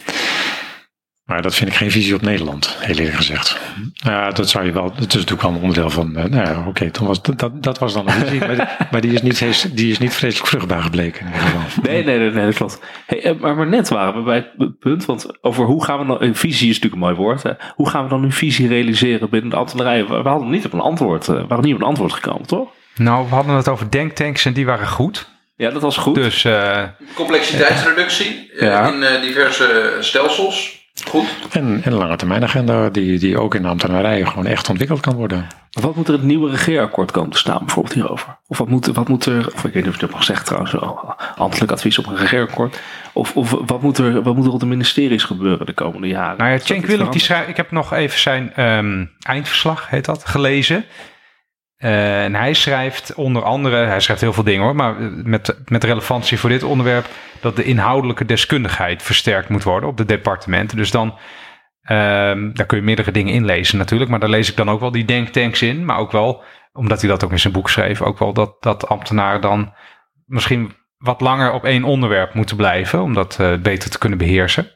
maar dat vind ik geen visie op Nederland, heel eerlijk gezegd. Ja, dat zou je wel, dat is natuurlijk wel een onderdeel van, uh, nou ja, oké, okay, was dat, dat, dat was dan een visie, maar, die, maar die, is niet, die is niet vreselijk vruchtbaar gebleken in ieder geval. Nee, nee, nee, nee dat klopt. Hey, maar, maar net waren we bij het punt, want over hoe gaan we dan, een visie is natuurlijk een mooi woord, hè? Hoe gaan we dan een visie realiseren binnen de ambtenarij? We, we hadden niet op een antwoord, we waren niet op een antwoord gekomen, toch? Nou, we hadden het over denktanks en die waren goed. Ja, dat was goed. Dus, uh, complexiteitsreductie uh, ja. in uh, diverse stelsels. Goed. En een lange termijn agenda die, die ook in de ambtenarij gewoon echt ontwikkeld kan worden. Wat moet er in het nieuwe regeerakkoord komen te staan bijvoorbeeld hierover? Of wat moet, wat moet er, of ik weet niet of je dat mag zeggen trouwens, ambtelijk advies op een regeerakkoord. Of, of wat, moet er, wat moet er op de ministeries gebeuren de komende jaren? Nou ja, Cenk Willink, die schrijft, ik heb nog even zijn um, eindverslag, heet dat, gelezen. Uh, en hij schrijft onder andere, hij schrijft heel veel dingen hoor, maar met, met relevantie voor dit onderwerp, dat de inhoudelijke deskundigheid versterkt moet worden op de departementen. Dus dan, um, daar kun je meerdere dingen in lezen natuurlijk, maar daar lees ik dan ook wel die denktanks in. Maar ook wel, omdat hij dat ook in zijn boek schreef, ook wel dat, dat ambtenaren dan misschien wat langer op één onderwerp moeten blijven, om dat uh, beter te kunnen beheersen.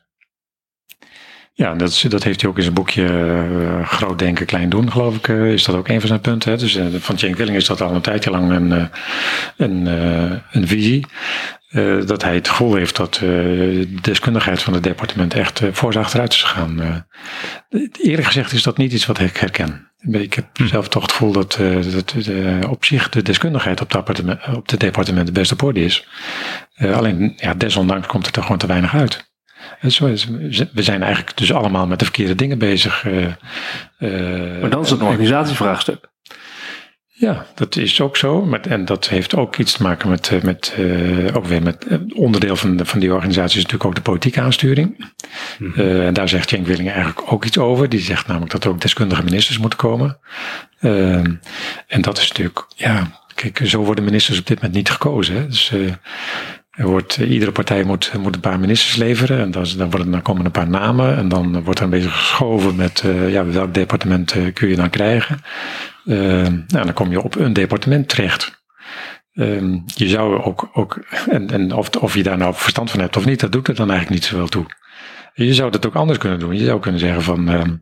Ja, dat, is, dat heeft hij ook in zijn boekje uh, Groot Denken, Klein Doen, geloof ik, uh, is dat ook een van zijn punten. Hè? Dus uh, van Cenk Willink is dat al een tijdje lang een, uh, een, uh, een visie. Uh, dat hij het gevoel heeft dat uh, de deskundigheid van het departement echt uh, voor zich achteruit is gegaan. Uh, eerlijk gezegd is dat niet iets wat ik herken. Ik heb hm. zelf toch het gevoel dat, uh, dat uh, op zich de deskundigheid op, departement, op het departement best op orde is. Uh, alleen, ja, desondanks komt het er gewoon te weinig uit. We zijn eigenlijk dus allemaal met de verkeerde dingen bezig. Uh, uh, maar dan is het een organisatievraagstuk. Ja, dat is ook zo. Met, en dat heeft ook iets te maken met, met uh, ook weer met uh, onderdeel van, de, van die organisatie is natuurlijk ook de politieke aansturing. Mm-hmm. Uh, en daar zegt Cenk Willink eigenlijk ook iets over. Die zegt namelijk dat er ook deskundige ministers moeten komen. Uh, en dat is natuurlijk, ja, kijk, zo worden ministers op dit moment niet gekozen. Hè. Dus uh, er wordt, iedere partij moet, moet een paar ministers leveren en dan, dan, worden, dan komen een paar namen en dan wordt er een beetje geschoven met uh, ja, welk departement uh, kun je dan krijgen. Uh, nou, dan kom je op een departement terecht. Uh, je zou ook, ook en, en of, of je daar nou verstand van hebt of niet, dat doet er dan eigenlijk niet zoveel toe. Je zou dat ook anders kunnen doen. Je zou kunnen zeggen van, uh,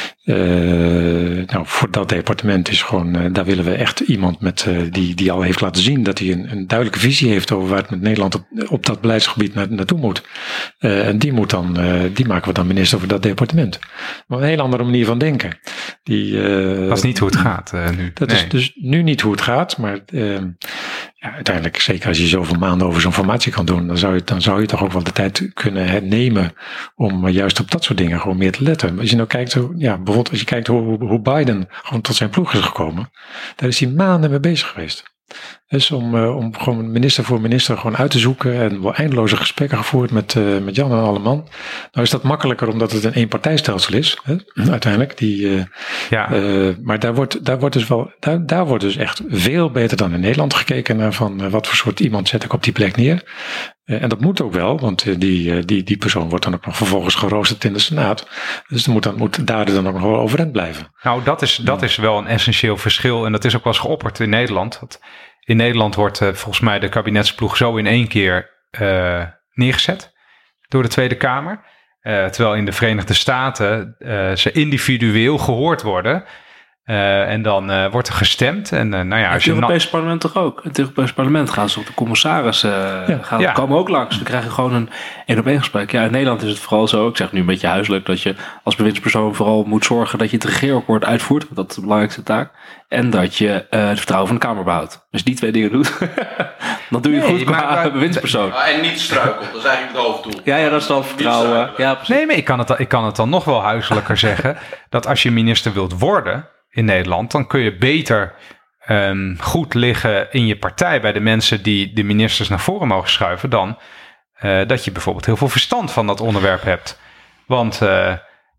uh, nou, voor dat departement is gewoon, uh, daar willen we echt iemand met, uh, die, die al heeft laten zien dat hij een, een duidelijke visie heeft over waar het met Nederland op, op dat beleidsgebied na, naartoe moet. Uh, en die moet dan, uh, die maken we dan minister voor dat departement. Maar een hele andere manier van denken. Die, uh, dat is niet hoe het gaat uh, nu. Dat nee. is dus nu niet hoe het gaat, maar uh, ja, uiteindelijk, zeker als je zoveel maanden over zo'n formatie kan doen, dan zou je, dan zou je toch ook wel de tijd kunnen nemen om juist op dat soort dingen gewoon meer te letten. Als je nou kijkt, ja, bijvoorbeeld als je kijkt hoe, hoe Biden gewoon tot zijn ploeg is gekomen, daar is hij maanden mee bezig geweest. Dus om, uh, om gewoon minister voor minister gewoon uit te zoeken en wel eindeloze gesprekken gevoerd met, uh, met Jan en Alleman. Nou is dat makkelijker omdat het een eenpartijstelsel is, hè, uiteindelijk. Die, uh, ja. uh, maar daar wordt, daar wordt dus wel, daar, daar wordt dus echt veel beter dan in Nederland gekeken naar van uh, wat voor soort iemand zet ik op die plek neer. Uh, en dat moet ook wel, want uh, die, uh, die, die persoon wordt dan ook nog vervolgens geroosterd in de Senaat. Dus dan moet, dan, moet daar dan ook nog wel overeind blijven. Nou, dat is, dat is wel een essentieel verschil en dat is ook wel eens geopperd in Nederland. Dat in Nederland wordt uh, volgens mij de kabinetsploeg zo in één keer uh, neergezet door de Tweede Kamer. Uh, terwijl in de Verenigde Staten uh, ze individueel gehoord worden. Uh, en dan uh, wordt er gestemd. En, uh, nou ja, het Europese na- parlement toch ook? Het Europese parlement gaan ze op de commissarissen uh, ja. gaan, ja. komen ook langs. Dan krijg je gewoon een één op één gesprek. Ja, in Nederland is het vooral zo, ik zeg nu een beetje huiselijk, dat je als bewindspersoon vooral moet zorgen dat je het regeerakkoord uitvoert. Want dat is de belangrijkste taak. En dat je uh, het vertrouwen van de Kamer behoudt. Als je die twee dingen doet, dan doe je nee, goed qua bewindspersoon. Ja, en niet struikelt, dat is eigenlijk het hoofddoel. Ja, ja, dat is dan vertrouwen. Ja, nee, maar ik kan, het, ik kan het dan nog wel huiselijker zeggen. Dat als je minister wilt worden in Nederland, dan kun je beter um, goed liggen in je partij bij de mensen die de ministers naar voren mogen schuiven, dan uh, dat je bijvoorbeeld heel veel verstand van dat onderwerp hebt. Want uh,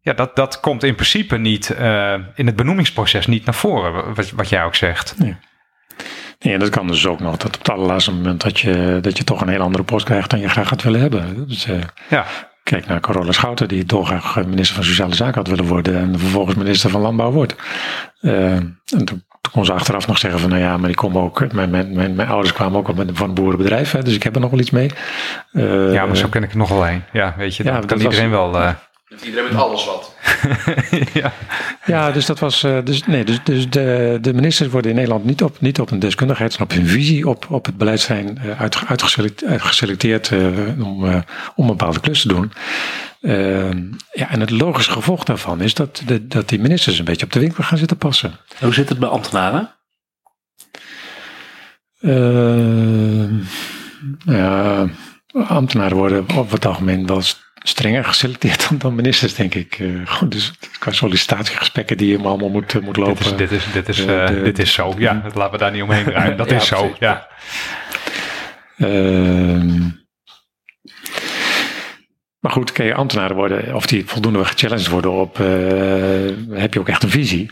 ja, dat, dat komt in principe niet uh, in het benoemingsproces niet naar voren, wat, wat jij ook zegt. Nee. Nee, en dat kan dus ook nog dat op het allerlaatste moment dat je, dat je toch een heel andere post krijgt dan je graag had willen hebben. Dus, uh, ja. Kijk naar Carola Schouten, die dolgraag minister van Sociale Zaken had willen worden en vervolgens minister van Landbouw wordt. Uh, en toen, toen kon ze achteraf nog zeggen van nou ja, maar die komen ook, mijn, mijn, mijn, mijn ouders kwamen ook van een boerenbedrijf, hè, dus ik heb er nog wel iets mee. Uh, ja, maar zo ken ik er nog wel een. Ja, weet je, dat ja, kan dat iedereen was, wel... Uh, Iedereen met alles wat. ja. ja, dus dat was. Uh, dus nee, dus, dus de, de ministers worden in Nederland niet op, niet op een deskundigheid, maar op hun visie op, op het beleidsterrein uh, uit, uitgeselecteerd, geselecteerd uh, om, uh, om een bepaalde klus te doen. Uh, ja, en het logische gevolg daarvan is dat, de, dat die ministers een beetje op de winkel gaan zitten passen. Hoe zit het bij ambtenaren? Uh, ja, ambtenaren worden op het algemeen wel strenger geselecteerd dan, dan ministers, denk ik. Uh, goed, dus qua sollicitatiegesprekken die je allemaal moet, uh, moet lopen. Dit is, dit is, dit is, uh, de, dit is zo. Ja, laten we daar niet omheen draaien. Dat ja, is zo, precies. Ja. Uh, maar goed, kijk, ambtenaren worden, of die voldoende gechallenged worden op, uh, heb je ook echt een visie?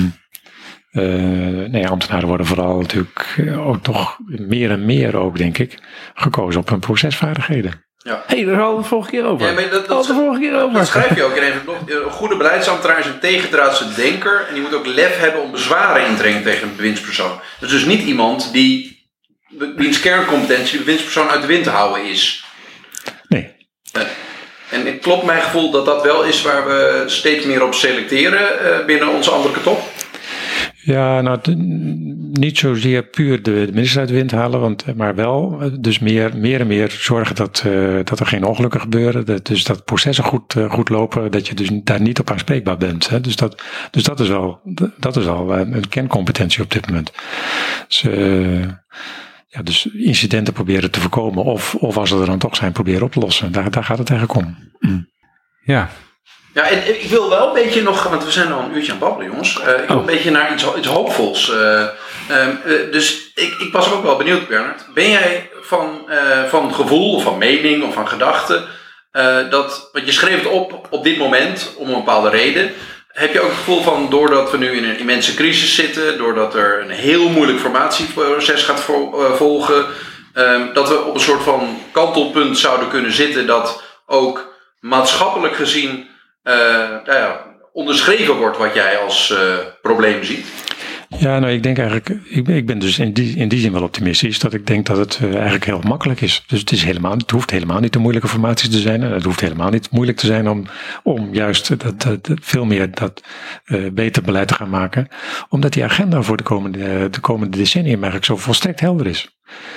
Uh, nee, ambtenaren worden vooral natuurlijk ook toch meer en meer ook, denk ik, gekozen op hun procesvaardigheden. Ja. Hé, hey, daar hadden we het vorige keer over. Ja, maar dat, dat, de vorige keer over. Dat schrijf je ook in even nog. Een goede beleidsambtenaar is een tegendraadse denker en die moet ook lef hebben om bezwaren in te brengen tegen een bewindspersoon. Dat is dus niet iemand die wiens kerncompetentie de bewindspersoon uit de wind te houden is. Nee. Uh, en het klopt mijn gevoel dat dat wel is waar we steeds meer op selecteren uh, binnen onze ambtelijke top. Ja, nou, de, niet zozeer puur de, de minister uit de wind halen, want, maar wel dus meer, meer en meer zorgen dat, uh, dat er geen ongelukken gebeuren. Dat, dus dat processen goed, uh, goed lopen, dat je dus daar niet op aanspreekbaar bent. Hè. Dus, dat, dus dat is wel, dat is al een, een kerncompetentie op dit moment. Dus, uh, ja, dus incidenten proberen te voorkomen of, of als ze er dan toch zijn, proberen op te lossen. Daar, daar gaat het eigenlijk om. Mm. Ja. Ja, en ik wil wel een beetje nog, want we zijn al een uurtje aan het babbelen, jongens. Uh, ik wil oh. een beetje naar iets, iets hoopvols. Uh, uh, uh, dus ik, ik was ook wel benieuwd, Bernard. Ben jij van, uh, van gevoel of van mening of van gedachte uh, dat, want je schreef het op op dit moment om een bepaalde reden. Heb je ook het gevoel van, doordat we nu in een immense crisis zitten, doordat er een heel moeilijk formatieproces gaat vo- uh, volgen, uh, dat we op een soort van kantelpunt zouden kunnen zitten dat ook maatschappelijk gezien Uh, nou ja, onderschreven wordt wat jij als uh, probleem ziet? Ja, nou ik denk eigenlijk, ik, ik ben dus in die, in die zin wel optimistisch, dat ik denk dat het uh, eigenlijk heel makkelijk is. Dus het, is helemaal, het hoeft helemaal niet een moeilijke formatie te zijn en het hoeft helemaal niet moeilijk te zijn om, om juist dat, dat, veel meer dat uh, beter beleid te gaan maken. Omdat die agenda voor de komende, de komende decennium eigenlijk zo volstrekt helder is.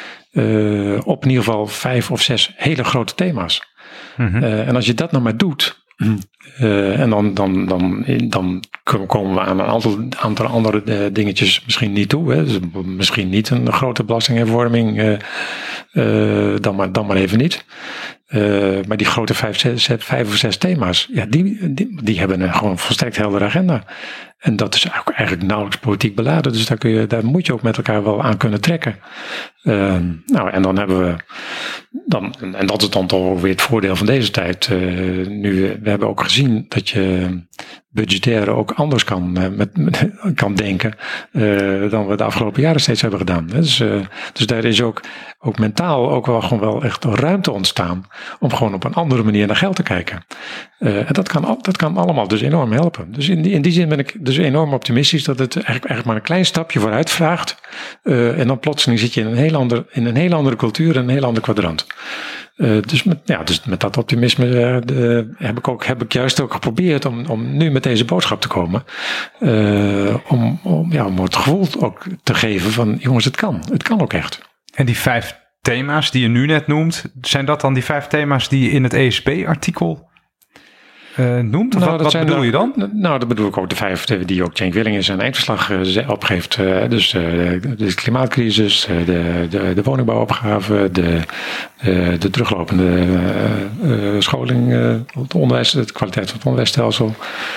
Uh, op in ieder geval vijf of zes hele grote thema's. Mm-hmm. Uh, en als je dat nou maar doet, Uh, en dan, dan, dan, dan komen we aan een aantal, aantal andere uh, dingetjes misschien niet toe. Hè. Dus misschien niet een grote belastinghervorming, uh, uh, dan, maar, dan maar even niet. Uh, maar die grote vijf, zes, vijf of zes thema's, ja, die, die, die hebben een gewoon volstrekt heldere agenda. En dat is ook eigenlijk nauwelijks politiek beladen. Dus daar, kun je, daar moet je ook met elkaar wel aan kunnen trekken. Uh, nou, en dan hebben we... Dan, en dat is dan toch weer het voordeel van deze tijd. Uh, nu, we hebben ook gezien dat je budgetair ook anders kan, uh, met, met, kan denken uh, dan we de afgelopen jaren steeds hebben gedaan. Dus, uh, dus daar is ook, ook mentaal ook wel gewoon wel echt ruimte ontstaan om gewoon op een andere manier naar geld te kijken. Uh, en dat kan, dat kan allemaal dus enorm helpen. Dus in die, in die zin ben ik dus enorm optimistisch dat het eigenlijk, eigenlijk maar een klein stapje vooruit vraagt. Uh, en dan plotseling zit je in een heel ander, in een heel andere cultuur en een heel ander kwadrant. Uh, dus, met, ja, dus met dat optimisme uh, de, heb, ik ook, heb ik juist ook geprobeerd om, om nu met deze boodschap te komen. Uh, om, om, ja, om het gevoel ook te geven van jongens, het kan. Het kan ook echt. En die vijf thema's die je nu net noemt, zijn dat dan die vijf thema's die je in het E S B-artikel Uh, noemt? Of nou, wat wat bedoel de, je dan? Nou, dat bedoel ik ook de vijf die ook Cenk Willink in zijn eindverslag uh, opgeeft. Uh, dus uh, de klimaatcrisis, uh, de, de, de woningbouwopgave, de, uh, de teruglopende uh, uh, scholing, uh, het onderwijs, de kwaliteit van het onderwijsstelsel.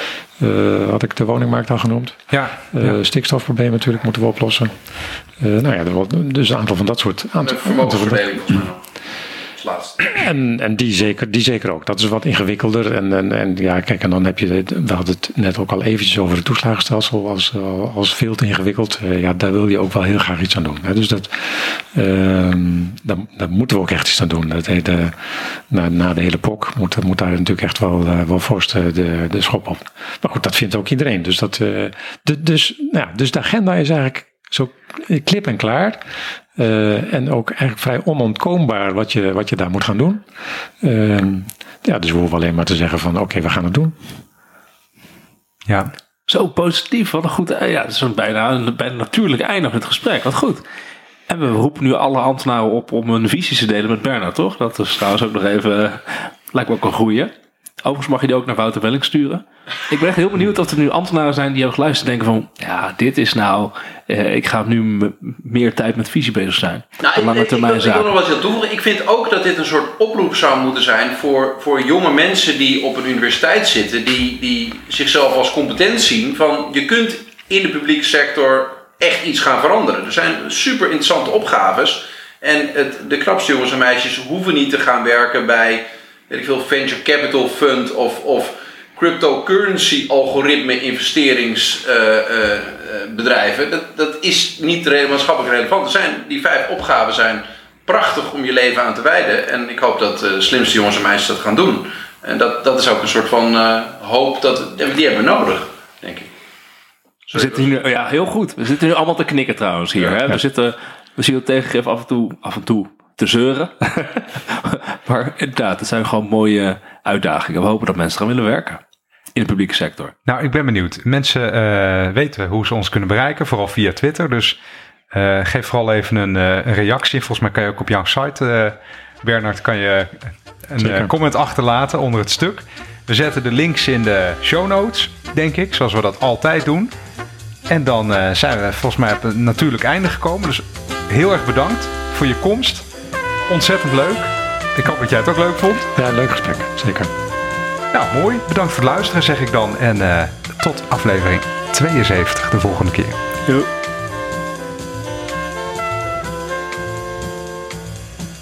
Uh, had ik de woningmarkt al genoemd. Ja, uh, ja. Stikstofproblemen natuurlijk moeten we oplossen. Uh, nou ja, dus een aantal van dat soort... Aantal, vermogensverdeling volgens mij nog. als laatste. En, en die, zeker, die zeker ook. Dat is wat ingewikkelder. En, en, en ja, kijk, en dan heb je, we hadden het net ook al eventjes over het toeslagenstelsel als, als veel te ingewikkeld. Uh, ja, daar wil je ook wel heel graag iets aan doen. Hè. Dus dat, uh, daar, daar moeten we ook echt iets aan doen. Dat heet, uh, na, na de hele P O C moet, moet daar natuurlijk echt wel, uh, wel forst uh, de, de schop op. Maar goed, dat vindt ook iedereen. Dus, dat, uh, de, dus, nou, dus de agenda is eigenlijk zo klip en klaar. Uh, en ook eigenlijk vrij onontkoombaar wat je, wat je daar moet gaan doen. Uh, ja, dus we hoeven alleen maar te zeggen van oké, okay, we gaan het doen. Ja. Zo positief, wat een goed. Ja, het is een bijna een bijna natuurlijk einde van het gesprek. Wat goed. En we roepen nu alle ambtenaren op om een visie te delen met Bernard, toch? Dat is trouwens ook nog even, lijkt me ook een goeie. Overigens mag je die ook naar Wouter Welling sturen. Ik ben echt heel benieuwd of er nu ambtenaren zijn die hebben geluisterd en denken van, ja, dit is nou, eh, ik ga nu m- meer tijd met visie bezig zijn. Nou, ik, ik, ik, wil, ik wil nog wat toevoegen. Ik vind ook dat dit een soort oproep zou moeten zijn voor, voor jonge mensen die op een universiteit zitten, die, die zichzelf als competent zien van, je kunt in de publieke sector echt iets gaan veranderen. Er zijn super interessante opgaves en het, de knapste jongens en meisjes hoeven niet te gaan werken bij, weet ik veel, venture capital fund of, of cryptocurrency algoritme investeringsbedrijven. Uh, uh, dat, dat is niet re- maatschappelijk relevant. Er zijn, die vijf opgaven zijn prachtig om je leven aan te wijden. En ik hoop dat uh, de slimste jongens en meisjes dat gaan doen. En dat, dat is ook een soort van uh, hoop. Dat, die hebben we nodig, denk ik. We zitten hier, ja, heel goed. We zitten nu allemaal te knikken trouwens hier. Ja, hè? ja. We zitten, we zien het tegengeven af en toe, af en toe te zeuren. Maar inderdaad, het zijn gewoon mooie uitdagingen. We hopen dat mensen gaan willen werken in de publieke sector. Nou, ik ben benieuwd. Mensen uh, weten hoe ze ons kunnen bereiken, vooral via Twitter. Dus uh, geef vooral even een, uh, een reactie. Volgens mij kan je ook op jouw site, uh, Bernard, kan je een uh, comment achterlaten onder het stuk. We zetten de links in de show notes, denk ik, zoals we dat altijd doen. En dan uh, zijn we volgens mij op een natuurlijk einde gekomen. Dus heel erg bedankt voor je komst. Ontzettend leuk. Ik hoop dat jij het ook leuk vond. Ja, leuk gesprek. Zeker. Nou, mooi. Bedankt voor het luisteren, zeg ik dan. En uh, tot aflevering tweeënzeventig de volgende keer. Jo.